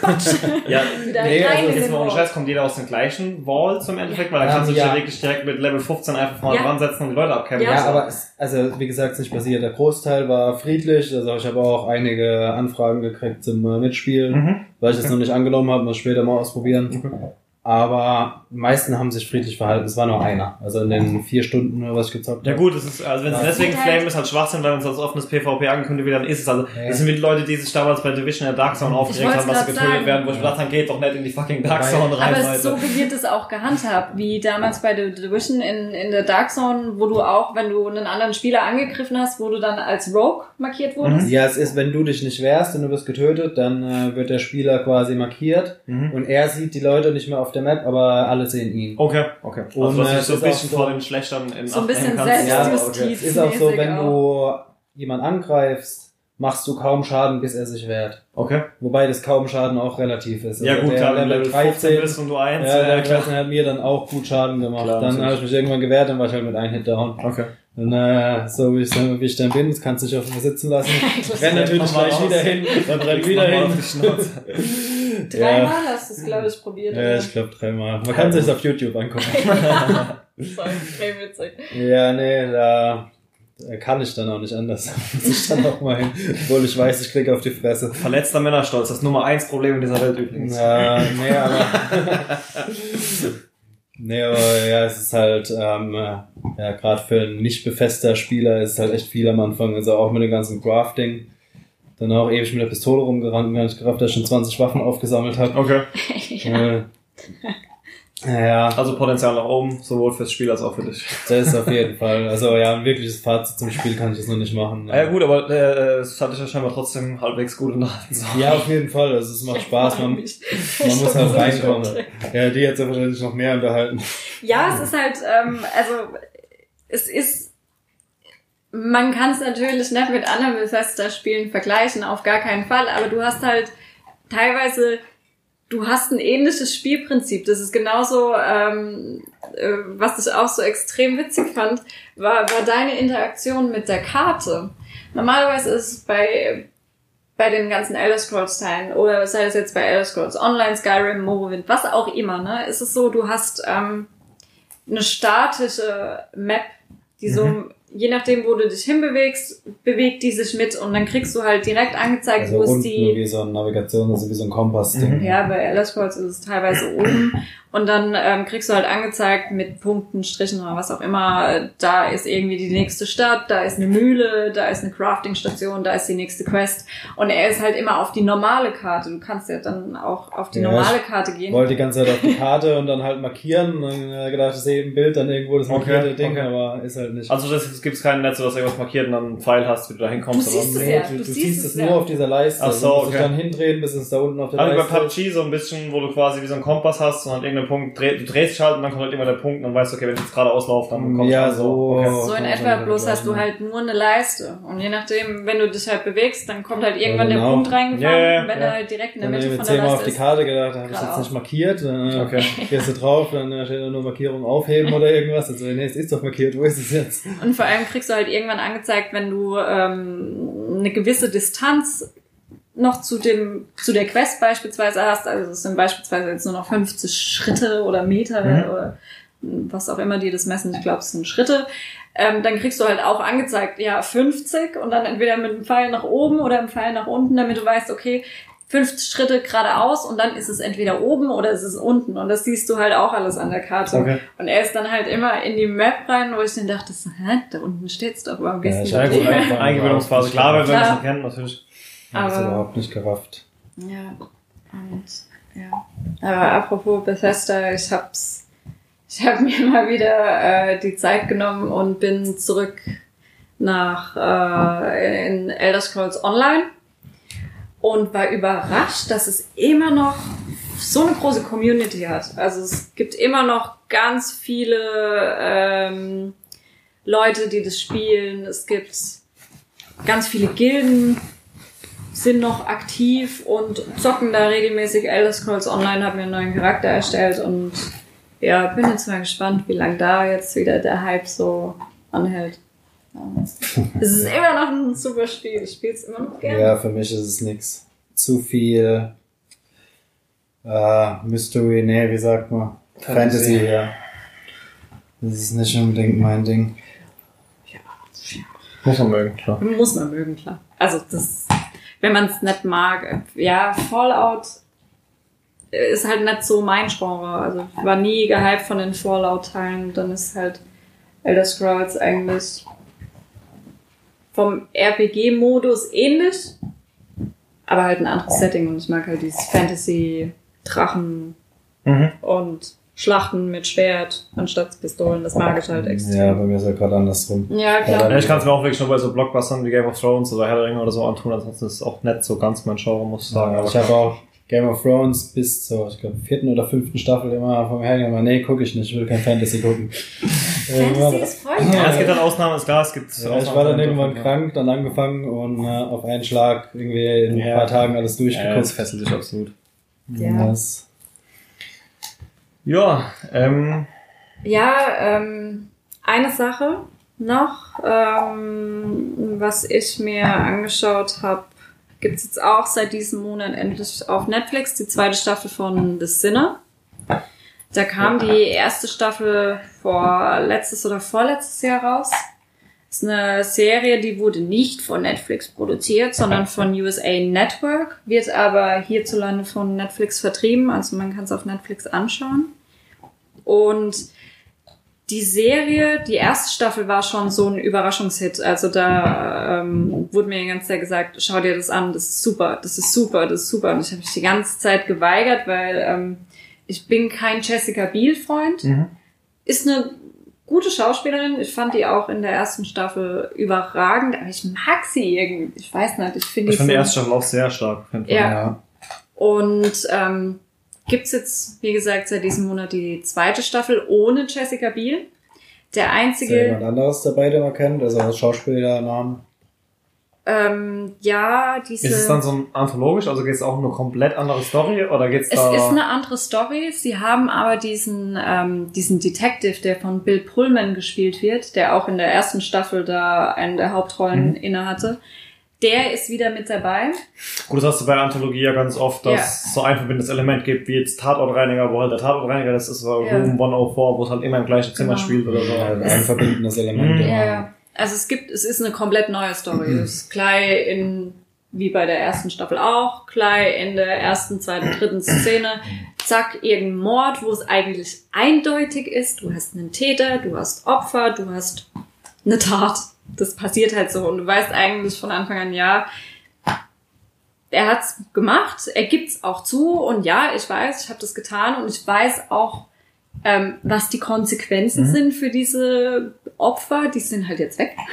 Ja, Wieder nee, rein also in jetzt den mal ohne Wall. Scheiß, kommt jeder aus dem gleichen Wall zum Endeffekt, weil dann Ja, kannst du dich ja ja. wirklich direkt mit Level fünfzehn einfach vorne Ja. dran setzen und die Leute abkämpfen. Ja. Ja, aber es, also wie gesagt, es ist nicht passiert. Der Großteil war friedlich. Also ich habe auch einige Anfragen gekriegt zum äh, Mitspielen, Mhm. weil ich das noch nicht angenommen habe, muss später mal ausprobieren. Mhm. Aber die meisten haben sich friedlich verhalten. Es war nur einer. Also in den vier Stunden, was ich gezockt Ja habe. gut, es ist, also wenn es Ja. deswegen Es ist halt- Flame ist, halt Schwachsinn, weil wenn es als offenes PvP angekündigt wird, dann ist es also, Ja. das sind wie die Leute, die sich damals bei Division in der Dark Zone aufgeregt wollt's haben, dass sie grad getötet sagen. werden, wo ich gedacht habe, geht doch nicht in die fucking Dark Wobei- Zone rein, Aber es Leute. ist so wird es auch gehandhabt, wie damals bei The Division in, in der Dark Zone, wo du auch, wenn du einen anderen Spieler angegriffen hast, wo du dann als Rogue markiert wurdest. Ja, es ist, wenn du dich nicht wehrst und du wirst getötet, dann äh, wird der Spieler quasi markiert Mhm. und er sieht die Leute nicht mehr auf der Map, aber alle sehen ihn. Okay, okay. Also, Und, dass äh, du es so ein ist auch bisschen so- vor den Schlechtern in So ein Acht bisschen nehmen kannst. selbst- Ja, Justiz- es ist auch so, wenn mäßig du jemand angreifst, machst du kaum Schaden, bis er sich wehrt. Okay. Wobei das kaum Schaden auch relativ ist. Ja Also gut, der klar, wenn du Level Level fünfzehn dreizehn, bist und du eins, ja, ja, der klar. dreizehn hat mir dann auch gut Schaden gemacht. Klar, dann natürlich. habe ich mich irgendwann gewehrt, dann war ich halt mit einem Hit down. Okay. Und äh, so wie ich, dann- wie ich dann bin, das kannst du dich auf mich sitzen lassen. Renn natürlich Nochmal gleich aus. wieder hin, dann renn Kriegst wieder nochmal hin. auf die Schnauze. Dreimal hast du es, glaube ich, probiert. Ja, oder? ich glaube dreimal. Man kann sich auf YouTube angucken. Das war extrem witzig. Ja, nee, da da kann ich dann auch nicht anders. Muss ich dann auch mal hin, obwohl ich weiß, ich krieg auf die Fresse. Verletzter Männerstolz, das Nummer eins Problem in dieser Welt übrigens. Ja, nee, aber. nee, aber ja, es ist halt, ähm, äh, ja, gerade für einen nicht befester Spieler ist es halt echt viel am Anfang. Also auch mit dem ganzen Crafting. Dann auch ewig mit der Pistole rumgerannt und gar nicht gerafft, dass ich schon zwanzig Waffen aufgesammelt habe. Okay. Äh, ja, Also Potenzial nach oben, sowohl fürs Spiel als auch für dich. das ist auf jeden Fall. Also ja, ein wirkliches Fazit zum Spiel kann ich jetzt noch nicht machen. Ja gut, aber äh, es hat dich ja scheinbar trotzdem halbwegs gut unterhalten. So. Ja, auf jeden Fall. Also es macht Spaß. Man, man muss halt reinkommen. Ja, die hat sich wahrscheinlich noch mehr unterhalten. Ja, es ist halt, ähm, also es ist, man kann es natürlich nicht mit anderen Bethesda-Spielen vergleichen, auf gar keinen Fall, aber du hast halt teilweise du hast ein ähnliches Spielprinzip. Das ist genauso, ähm, äh, was ich auch so extrem witzig fand, war, war deine Interaktion mit der Karte. Normalerweise ist es bei bei den ganzen Elder Scrolls Teilen oder sei es jetzt bei Elder Scrolls Online, Skyrim, Morrowind, was auch immer, ne, ist es so, du hast ähm, eine statische Map, die so, mhm. je nachdem, wo du dich hinbewegst, bewegt die sich mit und dann kriegst du halt direkt angezeigt, also wo unten ist die... wie so eine Navigation, also wie so ein Kompass-Ding. Ja, bei Elder Scrolls ist es teilweise oben und dann ähm, kriegst du halt angezeigt mit Punkten, Strichen oder was auch immer, da ist irgendwie die nächste Stadt, da ist eine Mühle, da ist eine Crafting-Station, da ist die nächste Quest und er ist halt immer auf die normale Karte. Du kannst ja dann auch auf die ja, normale Karte gehen. Ich wollte die ganze Zeit auf die Karte und dann halt markieren und dann äh, gedacht, ich sehe im Bild dann irgendwo das markierte okay, Ding, okay. aber ist halt nicht. Also das gibt es kein Netz, dass du irgendwas markiert und dann einen Pfeil hast, wie du da hinkommst. Du siehst oder? es ja. Du, Du du siehst siehst es es ja. nur auf dieser Leiste. Ach so, du musst okay. dich dann hindrehen, bis es da unten auf der Also bei Leiste P U B ist. G so ein bisschen, wo du quasi wie so einen Kompass hast und an irgendeinem Punkt dreh, du drehst dich halt und dann kommt halt immer der Punkt und dann weißt du, okay, wenn ich jetzt gerade auslaufe, dann kommt Ja, an, so. Okay. So in etwa, bloß hast du halt nur eine Leiste. Und je nachdem, wenn du dich halt bewegst, dann kommt halt irgendwann Ja, genau. der Punkt reingefahren. Ja, ja, und wenn ja. er halt direkt in der Dann Mitte habe ich von mir der zehnmal auf Leiste die ist. Karte gedacht, da habe ich Geradeaus. jetzt nicht markiert. Dann Okay. gehst du drauf, dann äh, steht da nur Markierung aufheben oder irgendwas. Also, nee, es ist doch markiert, wo ist es jetzt? Und vor allem kriegst du halt irgendwann angezeigt, wenn du ähm, eine gewisse Distanz noch zu dem zu der Quest beispielsweise hast, also es sind beispielsweise jetzt nur noch fünfzig Schritte oder Meter Mhm. oder was auch immer die das messen, ich glaube es sind Schritte, ähm, dann kriegst du halt auch angezeigt, ja fünfzig und dann entweder mit einem Pfeil nach oben oder einem Pfeil nach unten, damit du weißt, okay, fünfzig Schritte geradeaus und dann ist es entweder oben oder ist es unten und das siehst du halt auch alles an der Karte. Okay. Und er ist dann halt immer in die Map rein, wo ich dann dachte, so, hä, da unten steht's doch, warum gehst Ja, du ich da hab nicht gut rein? einfach- Eingewöhnungsphase, klar, wenn wir Klar. das nicht kennen, natürlich. Ich habe es Aber- überhaupt nicht gerafft. Ja, und ja. Aber apropos Bethesda, ich hab's, ich hab mir mal wieder äh, die Zeit genommen und bin zurück nach äh, in Elder Scrolls Online und war überrascht, dass es immer noch so eine große Community hat. Also es gibt immer noch ganz viele ähm, Leute, die das spielen. Es gibt ganz viele Gilden, sind noch aktiv und zocken da regelmäßig Elder Scrolls Online, haben mir einen neuen Charakter erstellt und ja, bin jetzt mal gespannt, wie lange da jetzt wieder der Hype so anhält. Ja. Es ist immer noch ein super Spiel, ich spiele es immer noch gerne. Ja, für mich ist es nix. Zu viel äh, Mystery, nee, wie sagt man? Fantasy. Fantasy, ja. Das ist nicht unbedingt mein Ding. Muss man mögen, klar. Muss man mögen, klar. Also das, wenn man es nicht mag, ja, Fallout ist halt nicht so mein Genre. Also ich war nie gehypt von den Fallout-Teilen. Dann ist halt Elder Scrolls eigentlich vom R P G-Modus ähnlich, aber halt ein anderes Setting. Und ich mag halt dieses Fantasy, Drachen Mhm. und Schlachten mit Schwert anstatt Pistolen. Das mag ich halt extrem. Ja, bei mir ist ja gerade andersrum. Ja, klar. Ja, ich kann es mir auch wirklich nur bei so Blockbustern wie Game of Thrones oder Herr der Ringe oder so antun, ansonsten ist es auch nicht so ganz mein Genre, muss ich sagen. Ja, Aber ich habe auch Game of Thrones bis zur, ich glaube, vierten oder fünften Staffel immer vom Herrn immer, nee, gucke ich nicht, ich will kein Fantasy gucken. Fantasy ist voll ja, geil. es gibt dann Ausnahmen, ist klar, es gibt Ja, ich war dann irgendwann krank, dann angefangen und äh, auf einen Schlag irgendwie in ein Ja. paar Tagen alles Ja, durchgeguckt. das fesselt dich absolut. Ja. Das, Ja, ähm, Ja, ähm, eine Sache noch, ähm, was ich mir angeschaut habe, gibt's jetzt auch seit diesem Monat endlich auf Netflix die zweite Staffel von The Sinner. Da kam die erste Staffel vor letztes oder vorletztes Jahr raus. Das ist eine Serie, die wurde nicht von Netflix produziert, sondern von U S A Network, wird aber hierzulande von Netflix vertrieben, also man kann es auf Netflix anschauen. Und die Serie, die erste Staffel war schon so ein Überraschungshit. Also da ähm, wurde mir die ganze Zeit gesagt, schau dir das an, das ist super, das ist super, das ist super. Und ich habe mich die ganze Zeit geweigert, weil ähm, ich bin kein Jessica Biel-Freund. mhm. Ist eine gute Schauspielerin. Ich fand die auch in der ersten Staffel überragend, aber ich mag sie irgendwie. Ich weiß nicht, ich finde Ich die fand die so- erste Staffel auch sehr stark. auf jeden Fall. Ja. ja. Und ähm, gibt's jetzt, wie gesagt, seit diesem Monat die zweite Staffel ohne Jessica Biel. Der Ist da einzige, jemand anderes dabei, den man kennt? Also als Schauspielernamen? Ähm, ja, diese... Ist es dann so ein anthologisch, also geht es auch um eine komplett andere Story oder geht's da... Es ist eine andere Story. Sie haben aber diesen ähm, diesen Detective, der von Bill Pullman gespielt wird, der auch in der ersten Staffel da eine der Hauptrollen mhm. inne hatte. Der ist wieder mit dabei. Gut, das hast du bei der Anthologie ja ganz oft, dass ja. es so ein verbindendes Element gibt, wie jetzt Tatortreiniger, wo halt der Tatortreiniger, das ist so ja. Room hundertvier, wo es halt immer im gleichen Zimmer genau. spielt oder so. Ja, ein verbindendes Element. Ja, ja. Also es gibt, es ist eine komplett neue Story. Es ist gleich in, wie bei der ersten Staffel auch, gleich in der ersten, zweiten, dritten Szene, zack, irgendein Mord, wo es eigentlich eindeutig ist. Du hast einen Täter, du hast Opfer, du hast eine Tat. Das passiert halt so und du weißt eigentlich von Anfang an, ja, er hat's gemacht, er gibt's auch zu und ja, ich weiß, ich habe das getan und ich weiß auch, ähm, was die Konsequenzen mhm. sind für diese Opfer, die sind halt jetzt weg.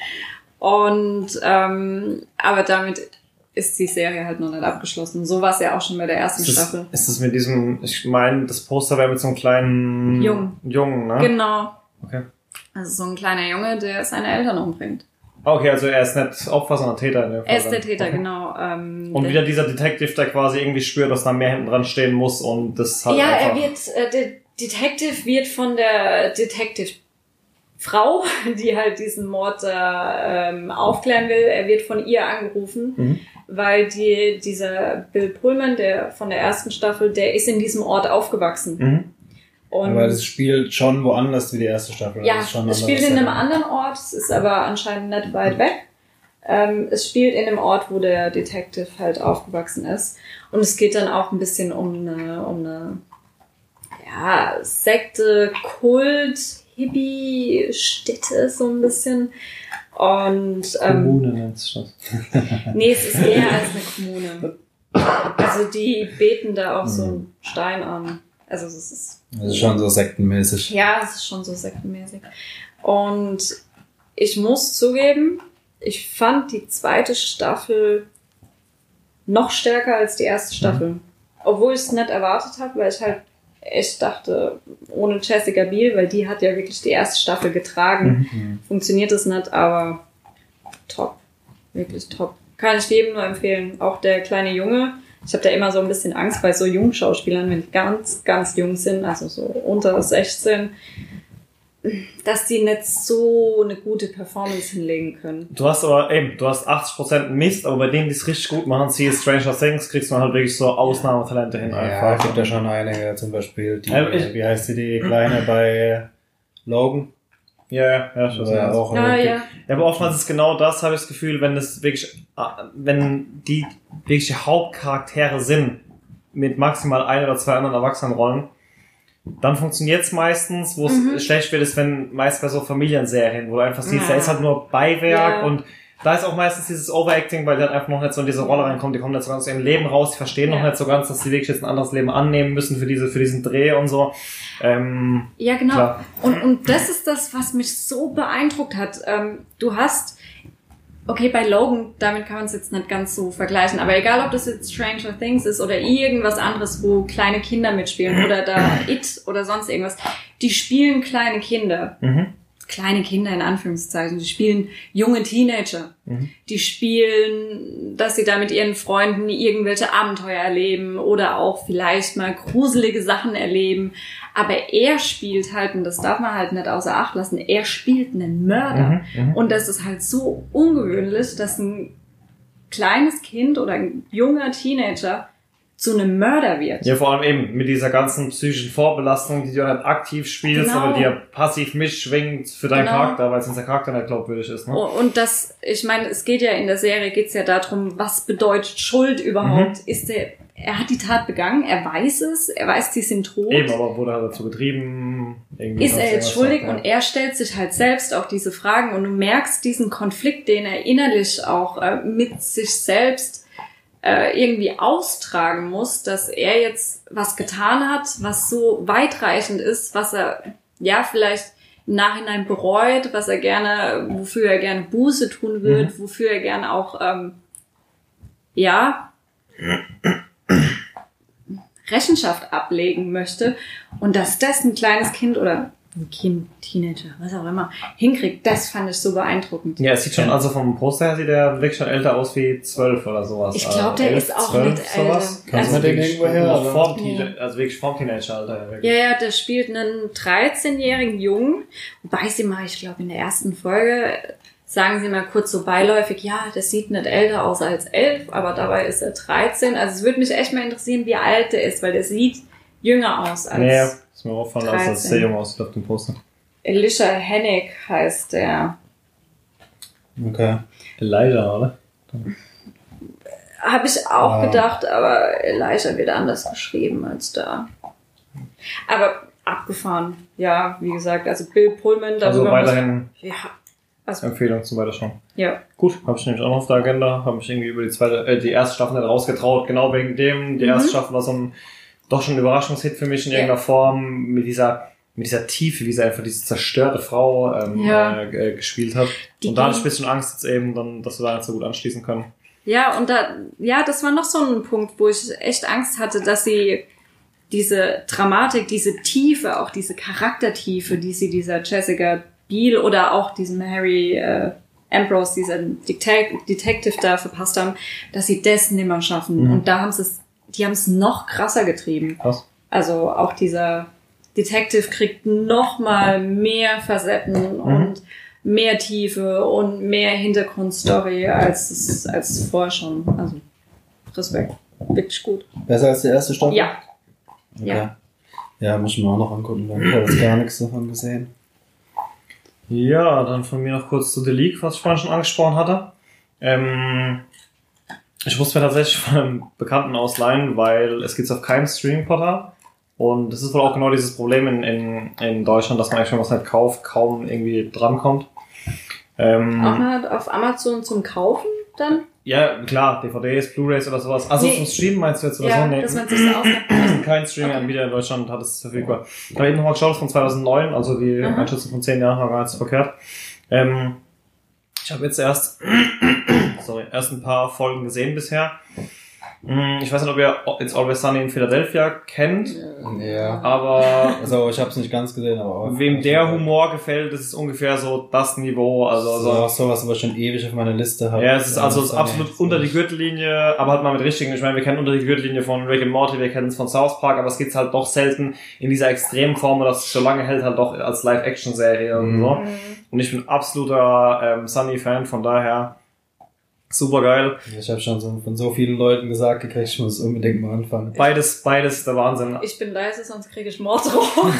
Und ähm, aber damit ist die Serie halt noch nicht abgeschlossen. So war es ja auch schon bei der ersten ist das, Staffel. Ist das mit diesem, ich meine, das Poster wäre mit so einem kleinen Jungen, Jungen, ne? Genau. Okay. Also so ein kleiner Junge, der seine Eltern umbringt. Okay, also er ist nicht Opfer, sondern Täter in dem Fall. Er ist der Täter, okay. genau. Ähm, und wieder dieser Detective, der quasi irgendwie spürt, dass da mehr hinten dran stehen muss und das halt ja, einfach... er wird, äh, der Detective wird von der Detective-Frau, die halt diesen Mord da ähm, aufklären will, er wird von ihr angerufen, mhm. weil die dieser Bill Pullman, der von der ersten Staffel, der ist in diesem Ort aufgewachsen. Mhm. Und aber das spielt schon woanders wie die erste Staffel. Ja, schon es spielt in einem anderen Ort, es ist aber anscheinend nicht weit weg. Ähm, es spielt in dem Ort, wo der Detective halt aufgewachsen ist. Und es geht dann auch ein bisschen um eine, um eine ja, Sekte, Kult, Hippie-Städte so ein bisschen. Und ähm, Kommune nennt es das. Nee, es ist eher als eine Kommune. Also die beten da auch so einen Stein an. Also es ist, das ist schon so sektenmäßig. Ja, es ist schon so sektenmäßig. Und ich muss zugeben, ich fand die zweite Staffel noch stärker als die erste Staffel. Mhm. Obwohl ich es nicht erwartet habe, weil ich halt echt dachte, ohne Jessica Biel, weil die hat ja wirklich die erste Staffel getragen, mhm. funktioniert es nicht, aber top. Wirklich top. Kann ich jedem nur empfehlen. Auch der kleine Junge. Ich habe da immer so ein bisschen Angst bei so jungen Schauspielern, wenn die ganz, ganz jung sind, also so unter sechzehn, dass die nicht so eine gute Performance hinlegen können. Du hast aber eben, du hast achtzig Prozent Mist, aber bei denen, die es richtig gut machen, sie Stranger Things, kriegst du halt wirklich so Ausnahmetalente hin. Ja, es gibt ja schon einige, zum Beispiel die, äh, ich, wie heißt sie, die Kleine bei Logan? Ja, ja, ja, schon. Ja, auch ah, ja. ja, aber oftmals ist genau das, habe ich das Gefühl, wenn es wirklich, wenn die wirklich Hauptcharaktere sind, mit maximal ein oder zwei anderen Erwachsenenrollen, dann funktioniert es meistens. Wo es mhm. schlecht wird, ist, wenn meist bei so Familienserien, wo du einfach siehst, ja. da ist halt nur Beiwerk ja. und da ist auch meistens dieses Overacting, weil die halt einfach noch nicht so in diese Rolle reinkommen, die kommen nicht so ganz aus ihrem Leben raus, die verstehen ja. noch nicht so ganz, dass sie wirklich jetzt ein anderes Leben annehmen müssen für diese, für diesen Dreh und so. Ähm, ja, genau. Klar. Und, und das ist das, was mich so beeindruckt hat. Ähm, du hast, okay, bei Logan, damit kann man es jetzt nicht ganz so vergleichen, aber egal, ob das jetzt Stranger Things ist oder irgendwas anderes, wo kleine Kinder mitspielen oder da It oder sonst irgendwas, die spielen kleine Kinder. Mhm. Kleine Kinder in Anführungszeichen, die spielen junge Teenager. Mhm. Die spielen, dass sie da mit ihren Freunden irgendwelche Abenteuer erleben oder auch vielleicht mal gruselige Sachen erleben. Aber er spielt halt, und das darf man halt nicht außer Acht lassen, er spielt einen Mörder. Mhm, und das ist halt so ungewöhnlich, dass ein kleines Kind oder ein junger Teenager zu einem Mörder wird. Ja, vor allem eben mit dieser ganzen psychischen Vorbelastung, die du nicht aktiv spielst, genau. aber die ja passiv mitschwingt für deinen genau. Charakter, weil sonst der Charakter nicht glaubwürdig ist. Ne? Und das, ich meine, es geht ja in der Serie, geht's ja darum, was bedeutet Schuld überhaupt? Mhm. Ist der, er hat die Tat begangen, er weiß es, er weiß, die sind tot. Eben, aber wurde halt dazu getrieben. Irgendwie ist er jetzt schuldig? Sagt, ja. Und er stellt sich halt selbst auch diese Fragen und du merkst diesen Konflikt, den er innerlich auch äh, mit sich selbst irgendwie austragen muss, dass er jetzt was getan hat, was so weitreichend ist, was er ja vielleicht im Nachhinein bereut, was er gerne, wofür er gerne Buße tun wird, mhm. wofür er gerne auch ähm, ja Rechenschaft ablegen möchte und dass das ein kleines Kind oder ein Kind, Teenager, was auch immer, hinkriegt, das fand ich so beeindruckend. Ja, es sieht schon, also vom Poster her sieht der wirklich schon älter aus wie zwölf oder sowas. Ich glaube, der elf, ist auch zwölf, nicht älter. Sowas. Kannst Also, du den irgendwo her? Noch oder? vorm Nee. Teenager, also wirklich vorm Teenager-Alter. Ja, ja, ja, der spielt einen dreizehnjährigen Jungen, wobei sie mal, ich glaube, in der ersten Folge sagen sie mal kurz so beiläufig, ja, das sieht nicht älter aus als elf, aber dabei ist er dreizehn. Also es würde mich echt mal interessieren, wie alt der ist, weil der sieht jünger aus als Nee, ist mir aufgefallen, dass das dreizehn. sehr jung aussieht auf dem Poster. Elisha Hennig heißt der. Okay. Elijah, oder? Habe ich auch Ah. gedacht, aber Elijah wird anders geschrieben als da. Aber abgefahren. Ja, wie gesagt, also Bill Pullman, Also darüber muss- weiterhin Ja, also, Empfehlung zum Weiterschauen. ja. Gut, habe ich nämlich auch noch auf der Agenda, habe mich irgendwie über die zweite, äh, die erste Staffel nicht rausgetraut, genau wegen dem. Die Mhm. erste Staffel war so ein doch schon ein Überraschungshit für mich in Ja. irgendeiner Form, mit dieser mit dieser Tiefe, wie sie einfach diese zerstörte Frau ähm, Ja. äh, gespielt hat. Die Und da hatte ich ging- ein bisschen Angst jetzt eben, dann, dass wir da nicht so gut anschließen können. Ja, und da, ja, das war noch so ein Punkt, wo ich echt Angst hatte, dass sie diese Dramatik, diese Tiefe, auch diese Charaktertiefe, die sie dieser Jessica Biel oder auch diesem Harry äh, Ambrose, dieser Detec- Detective da verpasst haben, dass sie das nimmer schaffen. Mhm. Und da haben sie es, die haben es noch krasser getrieben. Krass. Also auch dieser Detective kriegt noch mal mehr Facetten Mhm. und mehr Tiefe und mehr Hintergrundstory als es, als vorher schon. Also Respekt. Wirklich gut. Besser als die erste Staffel? Ja. Okay. Ja. Ja, muss ich mir auch noch angucken, weil ich habe jetzt gar nichts davon gesehen. Ja, dann von mir noch kurz zu The League, was ich vorhin schon angesprochen hatte. Ähm, ich musste mir tatsächlich von einem Bekannten ausleihen, weil es gibt's auf keinem Streaming-Portal. Und das ist wohl auch genau dieses Problem in, in, in Deutschland, dass man eigentlich, wenn man es nicht kauft, kaum irgendwie drankommt. Ähm, Auch mal auf Amazon zum Kaufen dann? ja, klar, D V Ds, Blu-rays oder sowas. Also Nee. zum Streamen meinst du jetzt oder Ja, so? Nee. dass man sich so ausmacht. Kein Streaming-Anbieter in Deutschland hat es verfügbar. Ich habe eben nochmal geschaut, das ist von zweitausendneun, also die Aha. Einschätzung von zehn Jahren war gar nicht so verkehrt. Ähm, ich habe jetzt erst, sorry, erst ein paar Folgen gesehen bisher. Hm, Ich weiß nicht, ob ihr It's Always Sunny in Philadelphia kennt, Ja. aber Also ich habe es nicht ganz gesehen, aber auch. wem der Humor gefällt, das ist ungefähr so das Niveau. Also, Also also auch sowas, aber schon ewig auf meiner Liste habe. ja, es ist also es ist absolut unter die Gürtellinie, aber halt mal mit richtigen, ich meine, wir kennen unter die Gürtellinie von Rick and Morty, wir kennen es von South Park, aber es gibt's halt doch selten in dieser extremen Form, dass es so lange hält, halt doch als Live-Action-Serie und Mhm. so. Und ich bin absoluter ähm, Sunny-Fan, von daher super geil. Ich habe schon so, von so vielen Leuten gesagt gekriegt, ich muss unbedingt mal anfangen. Beides, beides der Wahnsinn. Ich bin leise, sonst kriege ich Morddrohungen.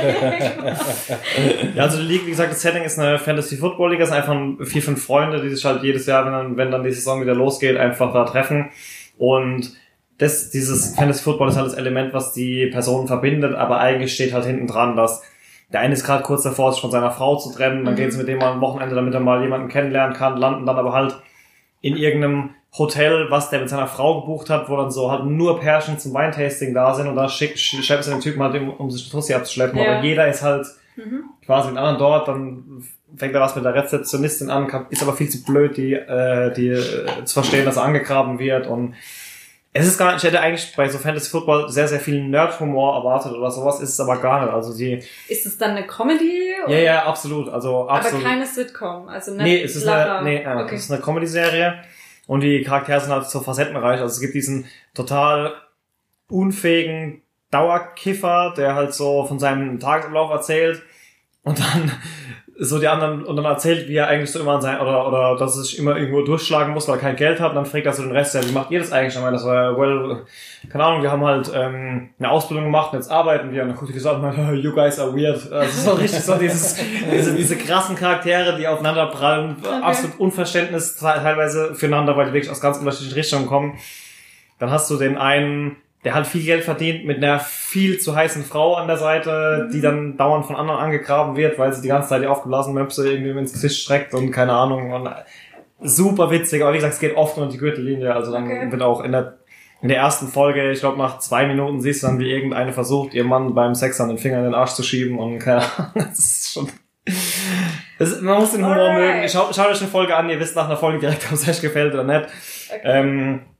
Ja, also die League, wie gesagt, das Setting ist eine Fantasy-Football-Liga, es ist einfach vier, fünf Freunde, die sich halt jedes Jahr, wenn dann, wenn dann die Saison wieder losgeht, einfach da treffen. Und das, dieses Fantasy-Football ist halt das Element, was die Personen verbindet, aber eigentlich steht halt hinten dran, dass der eine ist gerade kurz davor, sich von seiner Frau zu trennen, dann Mhm. geht es mit dem mal ein Wochenende, damit er mal jemanden kennenlernen kann, landen dann aber halt in irgendeinem Hotel, was der mit seiner Frau gebucht hat, wo dann so halt nur Pärchen zum Weintasting da sind und da schickt, schleppt es den Typen halt, um, um sich Tussi abzuschleppen, Ja. aber jeder ist halt Mhm. quasi mit anderen dort, dann fängt er was mit der Rezeptionistin an, kann- ist aber viel zu blöd, die, äh, die äh, zu verstehen, dass er angegraben wird und es ist gar nicht, ich hätte eigentlich bei so Fantasy Football sehr, sehr viel Nerd-Humor erwartet oder sowas, ist es aber gar nicht, also die, Ist es dann eine Comedy? ja, ja, absolut, also absolut. Aber keine Sitcom, also nicht Nee, es ist Lacher. eine, nee, äh, Okay. es ist eine Comedy-Serie und die Charaktere sind halt so facettenreich. Also es gibt diesen total unfähigen Dauerkiffer, der halt so von seinem Tagesablauf erzählt und dann so die anderen und dann erzählt, wie er eigentlich so immer an sein oder oder dass er sich immer irgendwo durchschlagen muss, weil er kein Geld hat und dann fragt er so den Rest, ja, wie macht ihr das eigentlich? Und das war, well, keine Ahnung, wir haben halt ähm, eine Ausbildung gemacht und jetzt arbeiten wir und dann guckt er gesagt, you guys are weird. Also so richtig so dieses, diese, diese krassen Charaktere, die aufeinander prallen, Okay. absolut Unverständnis teilweise füreinander, weil die wirklich aus ganz unterschiedlichen Richtungen kommen. Dann hast du den einen, der halt viel Geld verdient mit einer viel zu heißen Frau an der Seite, die dann dauernd von anderen angegraben wird, weil sie die ganze Zeit die aufgeblasenen Möpse irgendwie ins Gesicht streckt und keine Ahnung. Und super witzig, aber wie gesagt, es geht oft unter die Gürtellinie. Also dann Okay. wird auch in der in der ersten Folge, ich glaube nach zwei Minuten siehst du dann, wie irgendeine versucht, ihr Mann beim Sex an den Finger in den Arsch zu schieben und keine Ahnung, das ist schon... Das, man muss den Humor Alright. mögen. Schaut, schaut euch eine Folge an, ihr wisst nach einer Folge direkt, ob es euch gefällt oder nicht. Okay. Ähm,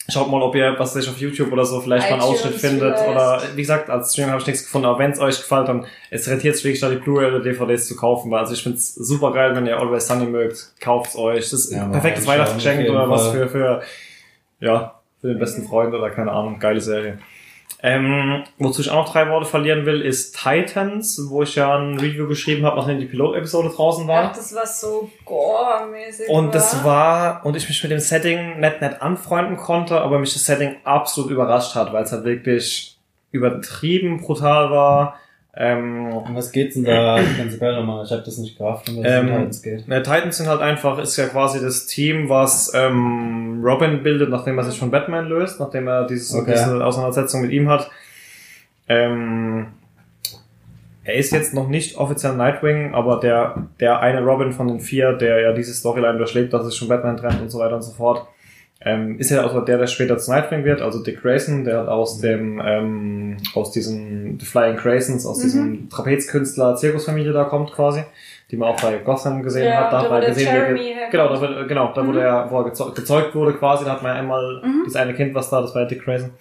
Schaut mal, ob ihr, was sich auf YouTube oder so vielleicht mal einen Ausschnitt findet. vielleicht. Oder, wie gesagt, als Streamer habe ich nichts gefunden. Aber wenn es euch gefällt, dann es rentiert sich wirklich, da die Blu-ray oder D V Ds zu kaufen. Weil also ich finde es super geil, wenn ihr Always Sunny mögt. Kauft's euch. Das ist Ja, ein perfektes reinschauen, Weihnachtsgeschenk auf jeden oder was Fall. für, für, ja, für den besten Freund oder keine Ahnung. Geile Serie. Ähm, wozu ich auch noch drei Worte verlieren will, ist Titans, wo ich ja ein Review geschrieben habe, nachdem die Pilot-Episode draußen war. Ach, das war so gore-mäßig. Und das war, und ich mich mit dem Setting nicht, nicht anfreunden konnte, aber mich das Setting absolut überrascht hat, weil es halt wirklich übertrieben brutal war. Ähm, Um was geht's denn da prinzipiell nochmal? Ich habe das nicht gerafft, um was es Ähm, in Titans geht. ne, Titans sind halt einfach, ist ja quasi das Team, was ähm, Robin bildet, nachdem er sich von Batman löst, nachdem er dieses, Okay. diese Auseinandersetzung mit ihm hat. Ähm, er ist jetzt noch nicht offiziell Nightwing, aber der, der eine Robin von den vier, der ja diese Storyline durchlebt, dass er sich von Batman trennt und so weiter und so fort, ähm, ist ja auch der, der später zu Nightwing wird, also Dick Grayson, der hat aus dem, ähm, aus diesem The Flying Graysons, aus Mhm. diesem Trapezkünstler-Zirkusfamilie da kommt quasi, die man auch bei Gotham gesehen Ja, hat, da, wo hat man der gesehen, Jeremy wie, herkommt. genau, da, wird- genau, da wo Mhm. der, wo er gezeugt, gezeugt wurde quasi, da hat man ja einmal Mhm. dieses eine Kind, was da, das war ja Dick Grayson.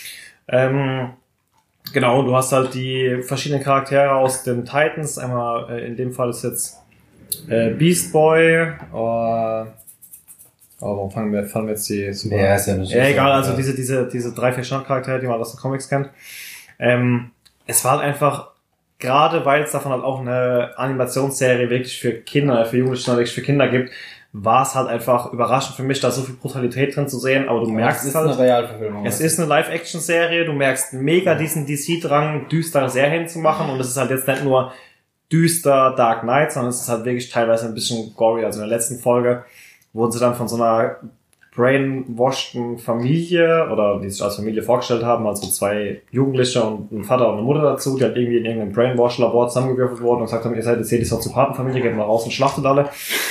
Ähm, genau, du hast halt die verschiedenen Charaktere aus den Titans, einmal, äh, in dem Fall ist jetzt, äh, Beast Boy, äh, aber warum fangen wir, fangen wir jetzt die super... Ja, ist ja nicht. Ja, egal, also diese, diese, diese drei, vier Standcharaktere, die man aus den Comics kennt. Ähm, es war halt einfach, gerade weil es davon halt auch eine Animationsserie wirklich für Kinder, für Jugendliche wirklich für Kinder gibt, war es halt einfach überraschend für mich, da so viel Brutalität drin zu sehen, aber du Aber merkst es ist halt, eine Realverfilmung. es ist eine Live-Action-Serie, du merkst mega diesen D C-Drang, düstere Serien zu machen und es ist halt jetzt nicht nur düster Dark Knight, sondern es ist halt wirklich teilweise ein bisschen gory. Also in der letzten Folge wurden sie dann von so einer brainwashten Familie oder die sich als Familie vorgestellt haben, also zwei Jugendliche und ein Vater und eine Mutter dazu, die halt irgendwie in irgendeinem Brainwash-Labor zusammengewürfelt wurden und gesagt haben, ihr seid jetzt hier die Soziopathenfamilie, geht mal raus und schlachtet alle.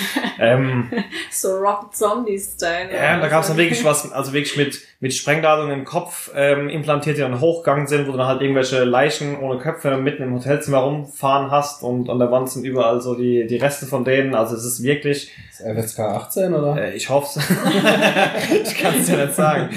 ähm, So Rock Zombie-Style. ja, und da gab es dann wirklich was, also wirklich mit mit Sprengladungen im Kopf ähm, implantiert, die dann hochgegangen sind, wo du dann halt irgendwelche Leichen ohne Köpfe mitten im Hotelzimmer rumfahren hast und an der Wand sind überall so die die Reste von denen. Also es ist wirklich... Ist F S K achtzehn, oder? Äh, ich hoffe ich kann es ja nicht sagen.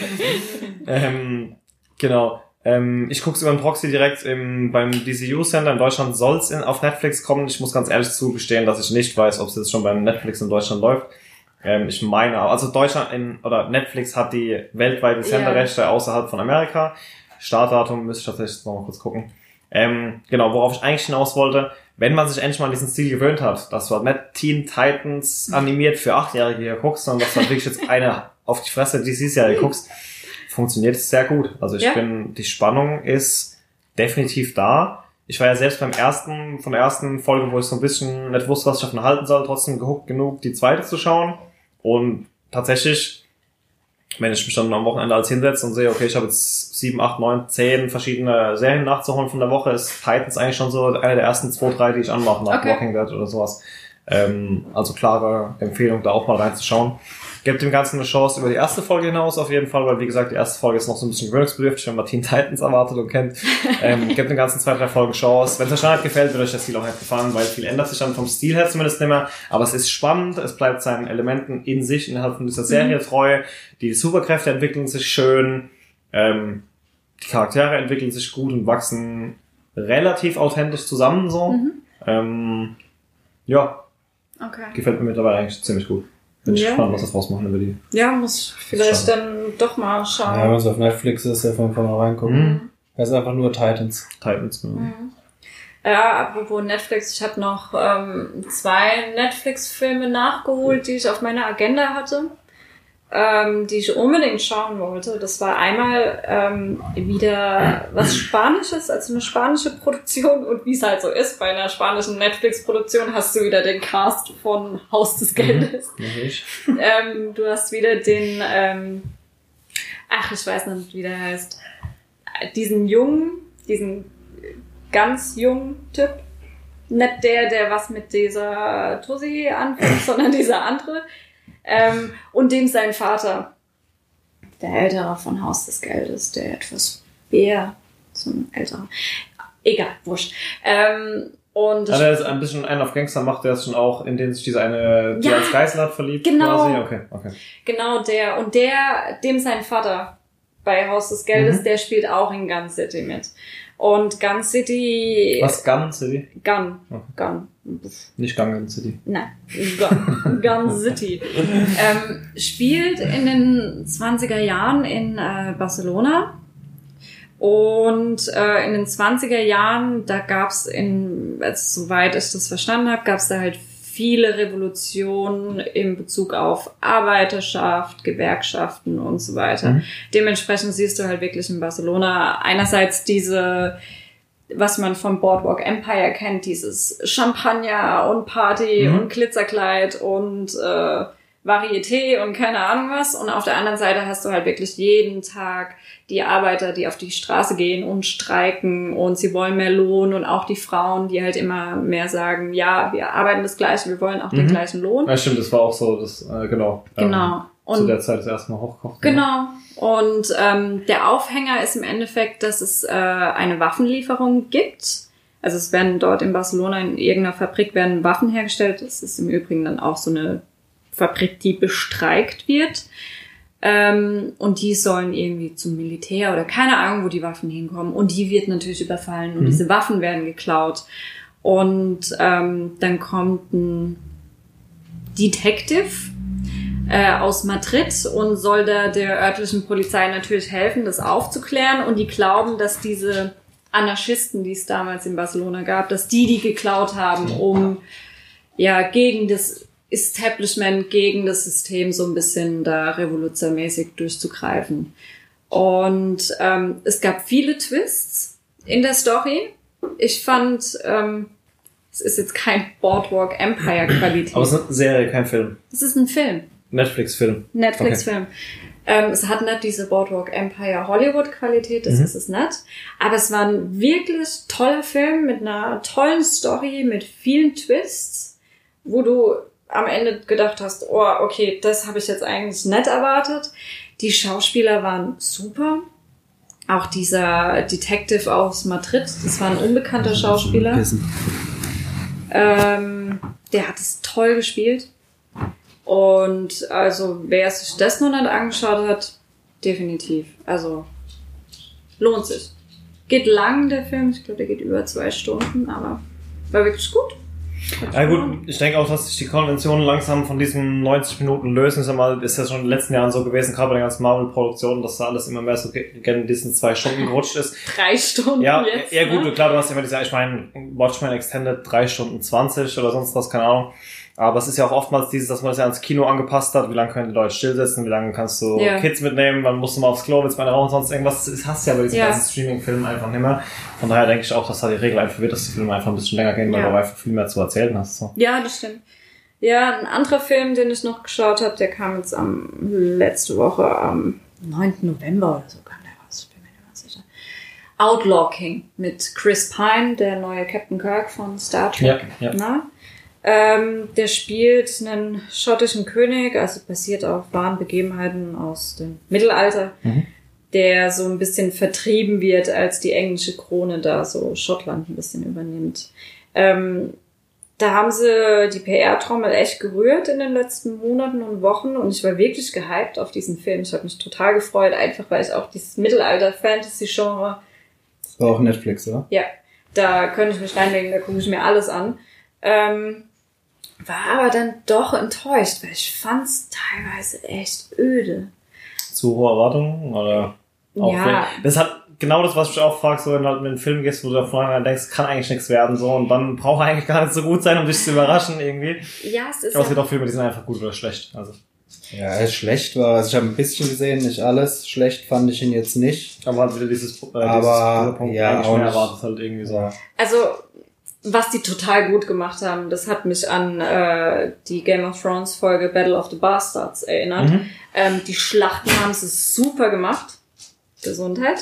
ähm, genau. Ähm, ich gucke es über den Proxy direkt im, beim D C U Center. In Deutschland soll es auf Netflix kommen. Ich muss ganz ehrlich zugestehen, dass ich nicht weiß, ob es jetzt schon beim Netflix in Deutschland läuft. Ähm, ich meine, also Deutschland in, oder Netflix hat die weltweiten Senderrechte außerhalb von Amerika. Startdatum müsste ich tatsächlich noch mal kurz gucken. Ähm, genau, worauf ich eigentlich hinaus wollte, wenn man sich endlich mal an diesen Stil gewöhnt hat, dass du halt nicht Teen Titans animiert für Achtjährige hier guckst, sondern dass du halt wirklich jetzt eine auf die Fresse D C-Serie guckst, funktioniert es sehr gut. Also ich Ja. bin, die Spannung ist definitiv da. Ich war ja selbst beim ersten, von der ersten Folge, wo ich so ein bisschen nicht wusste, was ich davon halten soll, trotzdem gehuckt genug, die zweite zu schauen. Und tatsächlich, wenn ich mich dann am Wochenende als hinsetze und sehe, okay, ich habe jetzt sieben, acht, neun, zehn verschiedene Serien nachzuholen von der Woche, ist Titans eigentlich schon so eine der ersten zwei, drei, die ich anmache nach Okay. Walking Dead oder sowas. Ähm, also klare Empfehlung, da auch mal reinzuschauen. Gebt dem Ganzen eine Chance über die erste Folge hinaus auf jeden Fall, weil wie gesagt, die erste Folge ist noch so ein bisschen gewöhnungsbedürftig, wenn man Teen Titans erwartet und kennt. Ähm, gebt dem Ganzen zwei, drei Folgen Chance. Wenn es euch schon nicht gefällt, wird euch der Stil auch nicht gefallen, weil viel ändert sich dann vom Stil her zumindest nicht mehr. Aber es ist spannend, es bleibt seinen Elementen in sich, innerhalb von dieser Serie treu. Die Superkräfte entwickeln sich schön. Ähm, die Charaktere entwickeln sich gut und wachsen relativ authentisch zusammen so. Mhm. Ähm, ja, Okay. gefällt mir mittlerweile eigentlich ziemlich gut. Bin ich Ja. gespannt, was das rausmachen über die. Ja, muss ich vielleicht dann doch mal Ja, schauen. wenn es auf Netflix ist, auf jeden Fall mal reingucken. Mhm. Das ist einfach nur Titans. Titans, genau. Mhm. Ja, apropos Netflix, ich habe noch ähm, zwei Netflix-Filme nachgeholt, die ich auf meiner Agenda hatte, ähm, die ich unbedingt schauen wollte. Das war einmal ähm, wieder was Spanisches, also eine spanische Produktion. Und wie es halt so ist, bei einer spanischen Netflix-Produktion hast du wieder den Cast von Haus des Geldes. Natürlich. ähm, du hast wieder den, ähm, ach, ich weiß nicht, wie der heißt, diesen jungen, diesen ganz jungen Typ. Nicht der, der was mit dieser Tussi anfängt, sondern dieser andere. Ähm, und dem sein Vater, der Ältere von Haus des Geldes, der etwas eher so ein älterer. Egal, wurscht. Ähm, Und ja, der ist ein bisschen einen auf Gangster macht, der ist schon auch, in den sich diese eine, die ja, als Geisel hat, verliebt genau, quasi. Okay, okay. Genau der. Und der, dem sein Vater bei Haus des Geldes, mhm. der spielt auch in Gun City mit. Und Gun City... Was, Gun City? Gun. Okay. Gun. Nicht Gun City. Nein, Gun, Gun City. ähm, spielt in den zwanziger Jahren in äh, Barcelona. Und äh, in den zwanziger Jahren, da gab's in, also, soweit ich das verstanden habe, gab's da halt viele Revolutionen in Bezug auf Arbeiterschaft, Gewerkschaften und so weiter. Mhm. Dementsprechend siehst du halt wirklich in Barcelona einerseits diese, was man vom Boardwalk Empire kennt, dieses Champagner und Party mhm. und Glitzerkleid und äh, Varieté und keine Ahnung was. Und auf der anderen Seite hast du halt wirklich jeden Tag die Arbeiter, die auf die Straße gehen und streiken und sie wollen mehr Lohn und auch die Frauen, die halt immer mehr sagen, ja, wir arbeiten das Gleiche, wir wollen auch mhm. den gleichen Lohn. Ja, stimmt, das war auch so, das äh, genau. Genau. Ähm, und zu der Zeit das erste Mal hochkocht. Genau. Und ähm, der Aufhänger ist im Endeffekt, dass es äh, eine Waffenlieferung gibt. Also es werden dort in Barcelona in irgendeiner Fabrik werden Waffen hergestellt. Das ist im Übrigen dann auch so eine Fabrik, die bestreikt wird. Ähm, und die sollen irgendwie zum Militär oder keine Ahnung, wo die Waffen hinkommen. Und die wird natürlich überfallen und mhm. diese Waffen werden geklaut. Und ähm, dann kommt ein Detective äh, aus Madrid und soll da der örtlichen Polizei natürlich helfen, das aufzuklären. Und die glauben, dass diese Anarchisten, die es damals in Barcelona gab, dass die die geklaut haben, um ja gegen das Establishment, gegen das System so ein bisschen da revolutionärmäßig durchzugreifen. Und ähm, es gab viele Twists in der Story. Ich fand, ähm, es ist jetzt kein Boardwalk Empire Qualität. Aber es ist eine Serie, kein Film. Es ist ein Film. Netflix-Film. Netflix-Film. Okay. Ähm, es hat nicht diese Boardwalk Empire Hollywood Qualität, das mhm. ist es nicht. Aber es war ein wirklich toller Film mit einer tollen Story, mit vielen Twists, wo du am Ende gedacht hast, oh, okay, das habe ich jetzt eigentlich nicht erwartet. Die Schauspieler waren super. Auch dieser Detective aus Madrid, das war ein unbekannter Schauspieler. Ähm, der hat es toll gespielt. Und also, wer sich das noch nicht angeschaut hat, definitiv. Also, lohnt sich. Geht lang, der Film. Ich glaube, der geht über zwei Stunden, aber war wirklich gut. Ja gut, ich denke auch, dass sich die Konventionen langsam von diesen neunzig Minuten lösen. Ist ja mal, ist ja schon in den letzten Jahren so gewesen, gerade bei den ganzen Marvel-Produktionen, dass da alles immer mehr so gerne in diesen zwei Stunden gerutscht ist. Drei Stunden ja, jetzt. Ja, gut, ne? Klar, du hast immer diese, ich meine, Watchmen Extended drei Stunden zwanzig oder sonst was, keine Ahnung. Aber es ist ja auch oftmals dieses, dass man das ja ans Kino angepasst hat. Wie lange können die Leute stillsitzen? Wie lange kannst du ja. Kids mitnehmen? Wann musst du mal aufs Klo? Willst du mal rauchen? Sonst irgendwas? Das hast du ja bei diesen ja. ganzen Streaming-Filmen einfach nicht mehr. Von daher denke ich auch, dass da die Regel einfach wird, dass die Filme einfach ein bisschen länger gehen, weil ja. du einfach viel mehr zu erzählen hast. So. Ja, das stimmt. Ja, ein anderer Film, den ich noch geschaut habe, der kam jetzt am letzte Woche am neunten November oder so kam der raus. Ich bin mir nicht ganz sicher. Outlaw King mit Chris Pine, der neue Captain Kirk von Star Trek. Ja, ja. Na? Ähm, der spielt einen schottischen König, also basiert auf wahren Begebenheiten aus dem Mittelalter, mhm. der so ein bisschen vertrieben wird, als die englische Krone da so Schottland ein bisschen übernimmt. Ähm, da haben sie die P R-Trommel echt gerührt in den letzten Monaten und Wochen und ich war wirklich gehypt auf diesen Film. Ich habe mich total gefreut, einfach weil ich auch dieses Mittelalter-Fantasy-Genre... Das war auch Netflix, oder? Ja, da könnte ich mich reinlegen, da gucke ich mir alles an. Ähm, war aber dann doch enttäuscht, weil ich fand's teilweise echt öde. Zu hohe Erwartungen? Oder auch ja. Das hat genau das, was ich auch frage, so wenn du halt in einen Film gehst, wo du davon denkst, kann eigentlich nichts werden, so, und dann braucht er eigentlich gar nicht so gut sein, um dich zu überraschen, irgendwie. Ja, es ist aber es gibt auch Filme, die sind einfach gut oder schlecht, also. Ja, schlecht war, also ich habe ein bisschen gesehen, nicht alles. Schlecht fand ich ihn jetzt nicht. Aber halt wieder dieses, äh, aber, dieses ja, eigentlich auch mehr nicht. erwartet halt irgendwie so. Also, was die total gut gemacht haben, das hat mich an äh, die Game of Thrones Folge Battle of the Bastards erinnert. Mhm. Ähm, die Schlachten haben sie super gemacht. Gesundheit.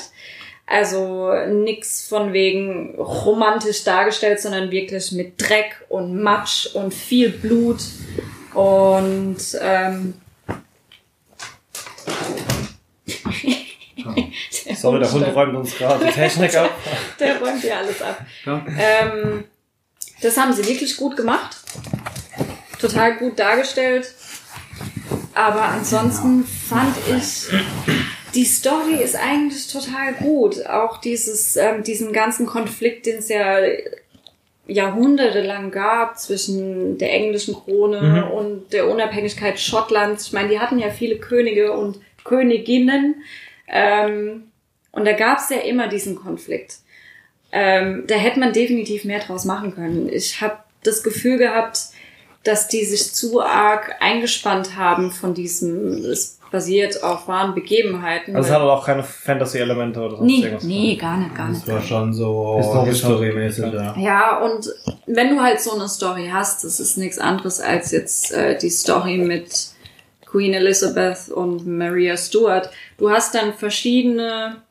Also nix von wegen romantisch dargestellt, sondern wirklich mit Dreck und Matsch und viel Blut. Und ähm, sorry, der Hund räumt uns gerade die Technik ab. Der räumt ja alles ab. Ja. Ähm, Das haben sie wirklich gut gemacht. Total gut dargestellt. Aber ansonsten fand ich, die Story ist eigentlich total gut. Auch dieses, ähm, diesen ganzen Konflikt, den es ja jahrhundertelang gab zwischen der englischen Krone mhm. und der Unabhängigkeit Schottlands. Ich meine, die hatten ja viele Könige und Königinnen. Ähm, und da gab es ja immer diesen Konflikt. Ähm, da hätte man definitiv mehr draus machen können. Ich habe das Gefühl gehabt, dass die sich zu arg eingespannt haben von diesem, es basiert auf wahren Begebenheiten. Also es hat auch keine Fantasy-Elemente oder sonst nee, irgendwas. Nee, gar nicht, gar nicht. Das war schon so historymäßig, ja. Ja, und wenn du halt so eine Story hast, das ist nichts anderes als jetzt äh, die Story mit Queen Elizabeth und Maria Stuart. Du hast dann verschiedene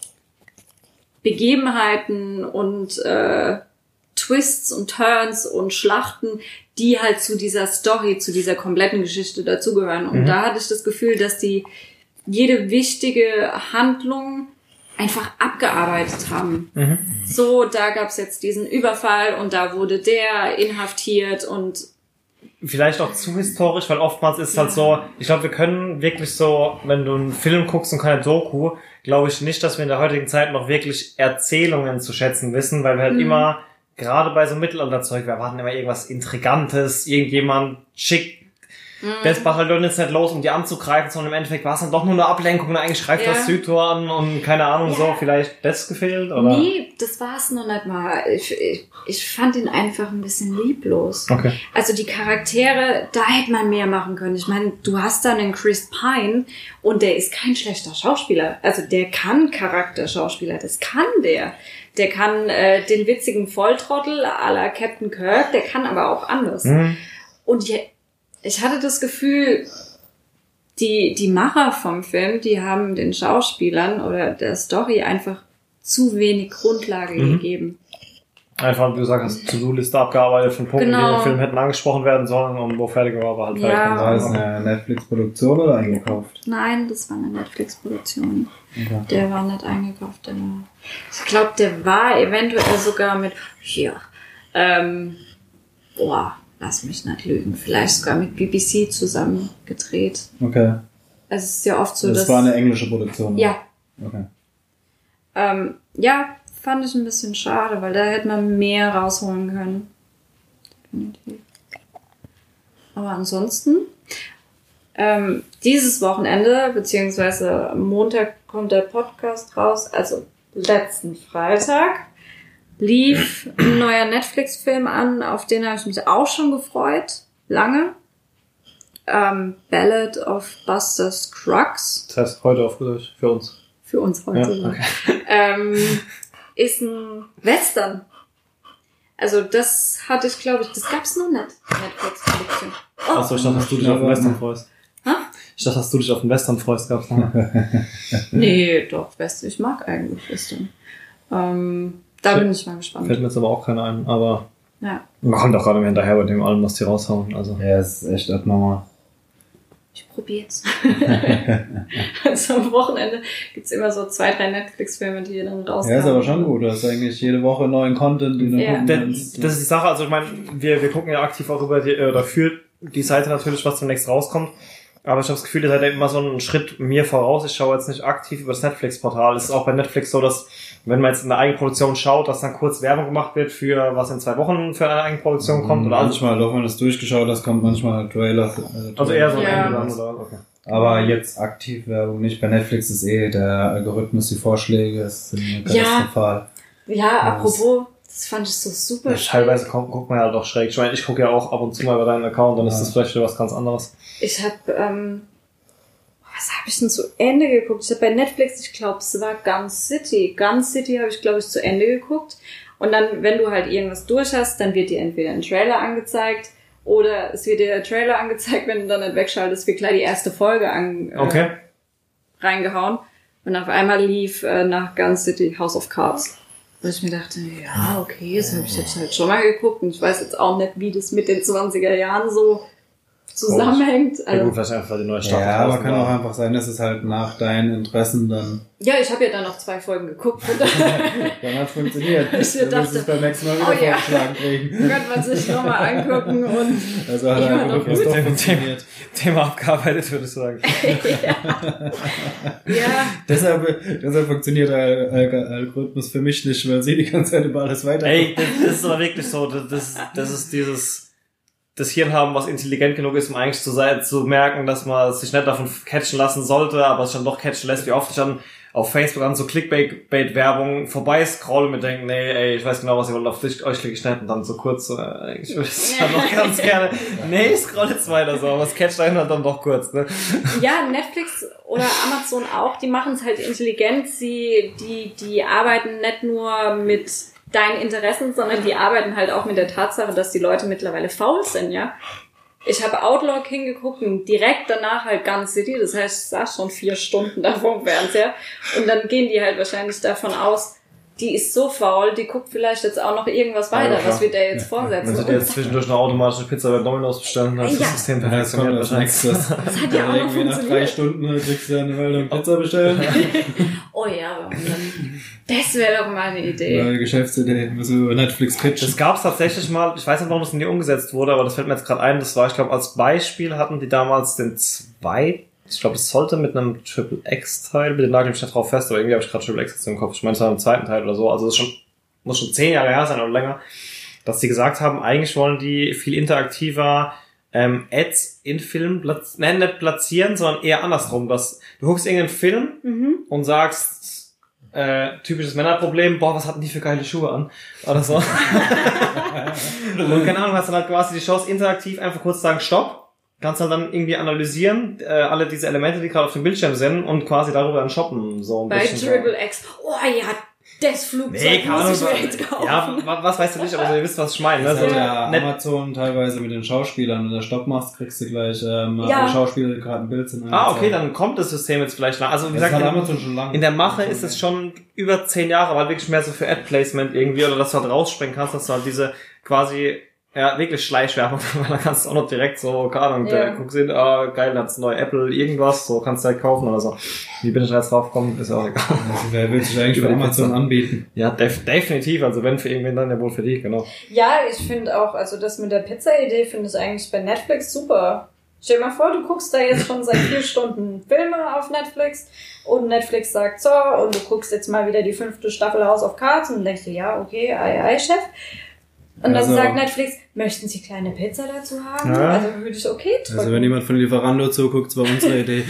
Begebenheiten und äh, Twists und Turns und Schlachten, die halt zu dieser Story, zu dieser kompletten Geschichte dazugehören. Und mhm. da hatte ich das Gefühl, dass die jede wichtige Handlung einfach abgearbeitet haben. Mhm. So, da gab's jetzt diesen Überfall und da wurde der inhaftiert und vielleicht auch zu historisch, weil oftmals ist es halt so, ich glaube, wir können wirklich so, wenn du einen Film guckst und keine Doku, glaube ich nicht, dass wir in der heutigen Zeit noch wirklich Erzählungen zu schätzen wissen, weil wir halt mhm. immer, gerade bei so Mittelalterzeug, wir erwarten immer irgendwas Intrigantes, irgendjemand schickt mhm. das Bataillon jetzt nicht los, um die anzugreifen, sondern im Endeffekt war es dann doch nur eine Ablenkung und eigentlich greift ja. das Südtor an und keine Ahnung, ja. so, vielleicht das gefehlt, oder? Nee, das war es noch nicht mal. Ich, ich, ich fand ihn einfach ein bisschen lieblos. Okay. Also die Charaktere, da hätte man mehr machen können. Ich meine, du hast dann einen Chris Pine und der ist kein schlechter Schauspieler. Also der kann Charakterschauspieler, das kann der. Der kann äh, den witzigen Volltrottel à la Captain Kirk, der kann aber auch anders. Mhm. Und je, ich hatte das Gefühl, die die Macher vom Film, die haben den Schauspielern oder der Story einfach zu wenig Grundlage mhm. gegeben. Einfach, wie du gesagt hast, To-Do-Liste abgearbeitet von Punkten, genau. die im Film hätten angesprochen werden sollen und wo fertig war, war halt fertig. Ja. War das eine Netflix-Produktion oder eingekauft? Nein, das war eine Netflix-Produktion. Okay. Der war nicht eingekauft. Der war, ich glaube, der war eventuell sogar mit, hier, ähm, boah, lass mich nicht lügen, vielleicht sogar mit B B C zusammen gedreht. Okay. Es ist ja oft so, das dass... Das war eine englische Produktion? Ja. Okay. Ähm, ja, fand ich ein bisschen schade, weil da hätte man mehr rausholen können. Definitiv. Aber ansonsten, ähm, dieses Wochenende, beziehungsweise am Montag kommt der Podcast raus, also letzten Freitag, lief ein neuer Netflix-Film an, auf den habe ich mich auch schon gefreut, lange. Ähm, Ballad of Buster Scruggs. Das heißt heute auf Deutsch, für uns. Für uns heute. Ja, okay. ähm, ist ein Western. Also das hatte ich, glaube ich, das gab's noch nicht. Netflix-Produktion. Oh. Achso, ich dachte, dass du dich auf den Western freust. Ha? Ich dachte, dass du dich auf den Western freust, gab's noch. Nee, doch, Western. Ich mag eigentlich Western. Ähm, da Fällt, bin ich mal gespannt. Fällt mir jetzt aber auch keiner ein, aber ja. Man kommt auch gerade mehr hinterher bei dem allem, was die raushauen. Also. Ja, es ist echt abnormal. Ich probier's. Also am Wochenende gibt's immer so zwei, drei Netflix-Filme, die ihr dann rauskommen. Ja, ist aber schon gut. Du hast eigentlich jede Woche neuen Content, den du ja. gucken kannst. Das ist die Sache. Also ich meine, wir, wir gucken ja aktiv auch über die, oder für die Seite natürlich, was demnächst rauskommt. Aber ich habe das Gefühl, ihr seid ja immer so einen Schritt mir voraus. Ich schaue jetzt nicht aktiv über das Netflix-Portal. Es ist auch bei Netflix so, dass wenn man jetzt in der Eigenproduktion schaut, dass dann kurz Werbung gemacht wird für was in zwei Wochen für eine Eigenproduktion kommt. Oder manchmal, doch wenn du das durchgeschaut hast, kommt manchmal Trailer. Äh, Trailer. Also eher so ein ja. Ende dann, oder? Okay. Aber jetzt aktiv Werbung nicht. Bei Netflix ist eh der Algorithmus, die Vorschläge, ist katastrophal. Ja, ja, apropos, das fand ich so super. Ja, teilweise guckt guck man ja doch schräg. Ich meine, ich gucke ja auch ab und zu mal bei deinem Account, dann ja. ist das vielleicht wieder was ganz anderes. Ich habe, ähm, was habe ich denn zu Ende geguckt? Ich habe bei Netflix, ich glaube, es war Gun City. Gun City habe ich, glaube ich, zu Ende geguckt. Und dann, wenn du halt irgendwas durch hast, dann wird dir entweder ein Trailer angezeigt oder es wird dir der Trailer angezeigt, wenn du dann nicht wegschaltest, wird gleich die erste Folge an, äh, okay. reingehauen. Und auf einmal lief äh, nach Gun City House of Cards. Und ich mir dachte, ja, okay, das habe ich jetzt halt schon mal geguckt. Und ich weiß jetzt auch nicht, wie das mit den zwanziger Jahren so zusammenhängt. Ja Also, gut, vielleicht einfach die neue Staffel. Ja, aber draußen kann war. auch einfach sein, dass es halt nach deinen Interessen dann, ja, ich habe ja dann noch zwei Folgen geguckt. dann hat es funktioniert. Ich Dann dachte, wirst du es beim nächsten Mal wieder oh ja. vorgeschlagen kriegen. Könnte man sich nochmal angucken und Also hat der Immer noch Algorithmus gut. doch funktioniert. Thema abgearbeitet, würde ich sagen. ja, deshalb, deshalb funktioniert der Al Al Algorithmus für mich nicht, weil sie die ganze Zeit über alles weiter. Ey, das, das ist aber wirklich so, das, das, das ist dieses, das Hirn haben, was intelligent genug ist, um eigentlich zu sein, zu merken, dass man sich nicht davon catchen lassen sollte, aber es dann doch catchen lässt, wie oft ich dann auf Facebook an so Clickbait-Werbung vorbei scroll und mir denke, nee, ey, ich weiß genau, was ihr wollt, auf dich, euch klicke ich nicht und dann so kurz, äh, ich würde es dann noch ganz gerne, nee, ich scroll jetzt weiter so, aber es catcht einen halt dann doch kurz, ne? ja, Netflix oder Amazon auch, die machen es halt intelligent. Sie, die, die arbeiten nicht nur mit deinen Interessen, sondern die arbeiten halt auch mit der Tatsache, dass die Leute mittlerweile faul sind, ja. Ich habe Outlaw hingeguckt und direkt danach halt Gun City, das heißt, ich saß schon vier Stunden da vorm Fernseher und dann gehen die halt wahrscheinlich davon aus, die ist so faul, die guckt vielleicht jetzt auch noch irgendwas weiter, Ja, was wird der jetzt Wenn vorsetzen. sie dir jetzt zwischendurch eine automatische Pizza bei Domino's bestellen, dann ist Ja. das System Ja, jetzt kommt perfektioniert das wahrscheinlich. nächste. Das hat ja auch noch Irgendwie nach drei funktioniert. Stunden kriegst du eine Meldung Pizza bestellen. Oh ja, und dann, das wäre doch mal eine Idee. Neue Geschäftsidee, müssen wir über Netflix pitchen. Das gab's tatsächlich mal, ich weiß nicht, warum das nie umgesetzt wurde, aber das fällt mir jetzt gerade ein, das war, ich glaube, als Beispiel hatten die damals den zweiten, ich glaube, es sollte mit einem Triple X-Teil, bitte nagel mich nicht drauf fest, aber irgendwie habe ich gerade Triple X jetzt im Kopf, ich meine, es war im zweiten Teil oder so, also das ist schon, muss schon zehn Jahre her sein oder länger, dass die gesagt haben, eigentlich wollen die viel interaktiver ähm, Ads in Filmen platz- nein, nicht platzieren, sondern eher andersrum, dass du guckst irgendeinen Film Mhm. und sagst, äh, typisches Männerproblem, boah, was hatten die für geile Schuhe an? Oder so. Und keine Ahnung, hast dann halt quasi die Chance, interaktiv einfach kurz sagen, stopp, kannst halt dann irgendwie analysieren, äh, alle diese Elemente, die gerade auf dem Bildschirm sind und quasi darüber dann shoppen, so ein Bei bisschen. Triple X. Oh ja, das Flugzeug Nee, keine Ahnung, muss so, ich mir jetzt kaufen. ja, wa- was weißt du nicht, aber so, ihr wisst, was ich meine, ne? Das So, hat ja nicht- Amazon teilweise mit den Schauspielern. Wenn du Stopp machst, kriegst du gleich ähm, Ja. alle Schauspieler, die gerade im Bild sind. ah, okay, angezeigt. dann kommt das System jetzt vielleicht nach. Also, wie Das gesagt, hat in, Amazon schon lange. in der Mache ist es schon über zehn Jahre, aber halt wirklich mehr so für Ad-Placement irgendwie, oder dass du halt rausspringen kannst, dass du halt diese quasi, ja, wirklich Schleichwerbung, weil dann kannst du auch noch direkt so, keine Ahnung, Ja. der guckst hin, ah, geil, hat's neue Apple, irgendwas, so kannst du halt kaufen oder so. Wie bin ich da jetzt drauf gekommen, ist ja auch egal. Also, wer will sich eigentlich Über für die Amazon Pizza. anbieten? Ja, def definitiv, also wenn für irgendwen, dann ja wohl für die, genau. Ja, ich finde auch, also das mit der Pizza-Idee finde ich eigentlich bei Netflix super. Stell dir mal vor, du guckst da jetzt schon seit vier Stunden Filme auf Netflix und Netflix sagt so und du guckst jetzt mal wieder die fünfte Staffel House of Cards und denkst du, ja, okay, ei, ei, Chef. Und Also- dann sagt Netflix, möchten Sie kleine Pizza dazu haben? Ja. Also würde ich okay drücken. Also wenn jemand von Lieferando zuguckt, das war unsere Idee.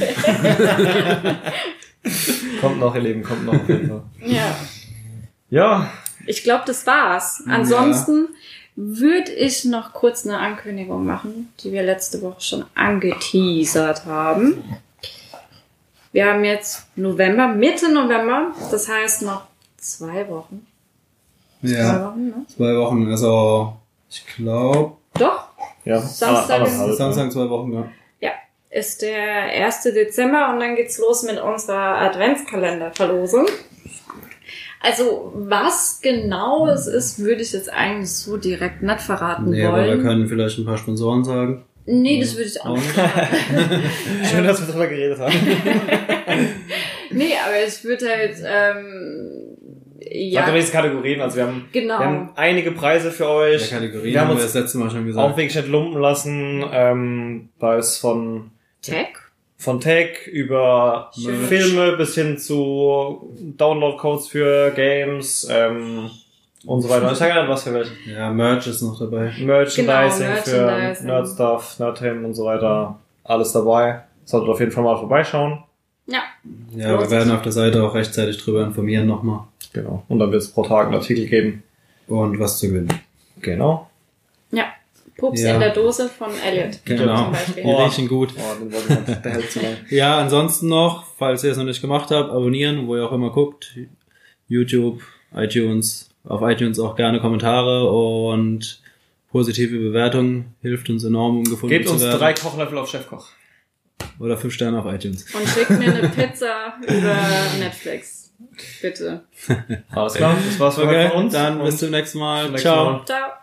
Kommt noch, ihr Lieben, kommt noch auf jeden Fall. ja. Ja, Ich glaube, das war's. Ansonsten würde ich noch kurz eine Ankündigung machen, die wir letzte Woche schon angeteasert haben. Wir haben jetzt November, Mitte November, das heißt noch zwei Wochen. Zwei Ja, Wochen, ne? zwei Wochen. Also ich glaube Doch, ja, Samstag ist- anderthalb, Samstag zwei Wochen, ja. ja. Ist der erste Dezember und dann geht's los mit unserer Adventskalenderverlosung. Also, was genau es ist, würde ich jetzt eigentlich so direkt nicht verraten Nee, aber wir wollen. können vielleicht ein paar Sponsoren sagen. Nee, das würde ich auch nicht. Schön, dass wir drüber geredet haben. Nee, aber ich würde halt, ähm, Ja. ja, Sag doch Kategorien, also wir haben, genau. wir haben einige Preise für Der euch. Kategorien wir haben haben wir uns das letzte Mal schon auch gesagt. wirklich nicht lumpen lassen, ähm, da ist von, Tech? von Tech über Merch. Filme bis hin zu Download-Codes für Games, ähm, und so weiter. Ich sage nicht, was für welche. Ja, Merch ist noch dabei. Merchandising, Genau, für Merchandising. Nerdstuff, Nerdthemen und so weiter. Alles dabei. Solltet auf jeden Fall mal vorbeischauen. Ja. Ja, wir werden auf der Seite auch rechtzeitig drüber informieren nochmal. Genau. Und dann wird es pro Tag einen Artikel geben. Und was zu gewinnen. Genau. Ja. Pups Ja. in der Dose von Elliot. Genau. Zum Beispiel. Die riechen gut. Oh, den wollte ich nicht. Der hält zu lang. Ja, ansonsten noch, falls ihr es noch nicht gemacht habt, abonnieren, wo ihr auch immer guckt. YouTube, iTunes, auf iTunes auch gerne Kommentare und positive Bewertungen. Hilft uns enorm, um gefunden Gebt zu uns werden. drei Kochlöffel auf Chefkoch. Oder fünf Sterne auf iTunes. Und schickt mir eine Pizza über Netflix. Bitte. Alles klar, das war's für heute Okay, von uns. dann Und bis zum nächsten Mal. zum nächsten Ciao. Mal. Ciao.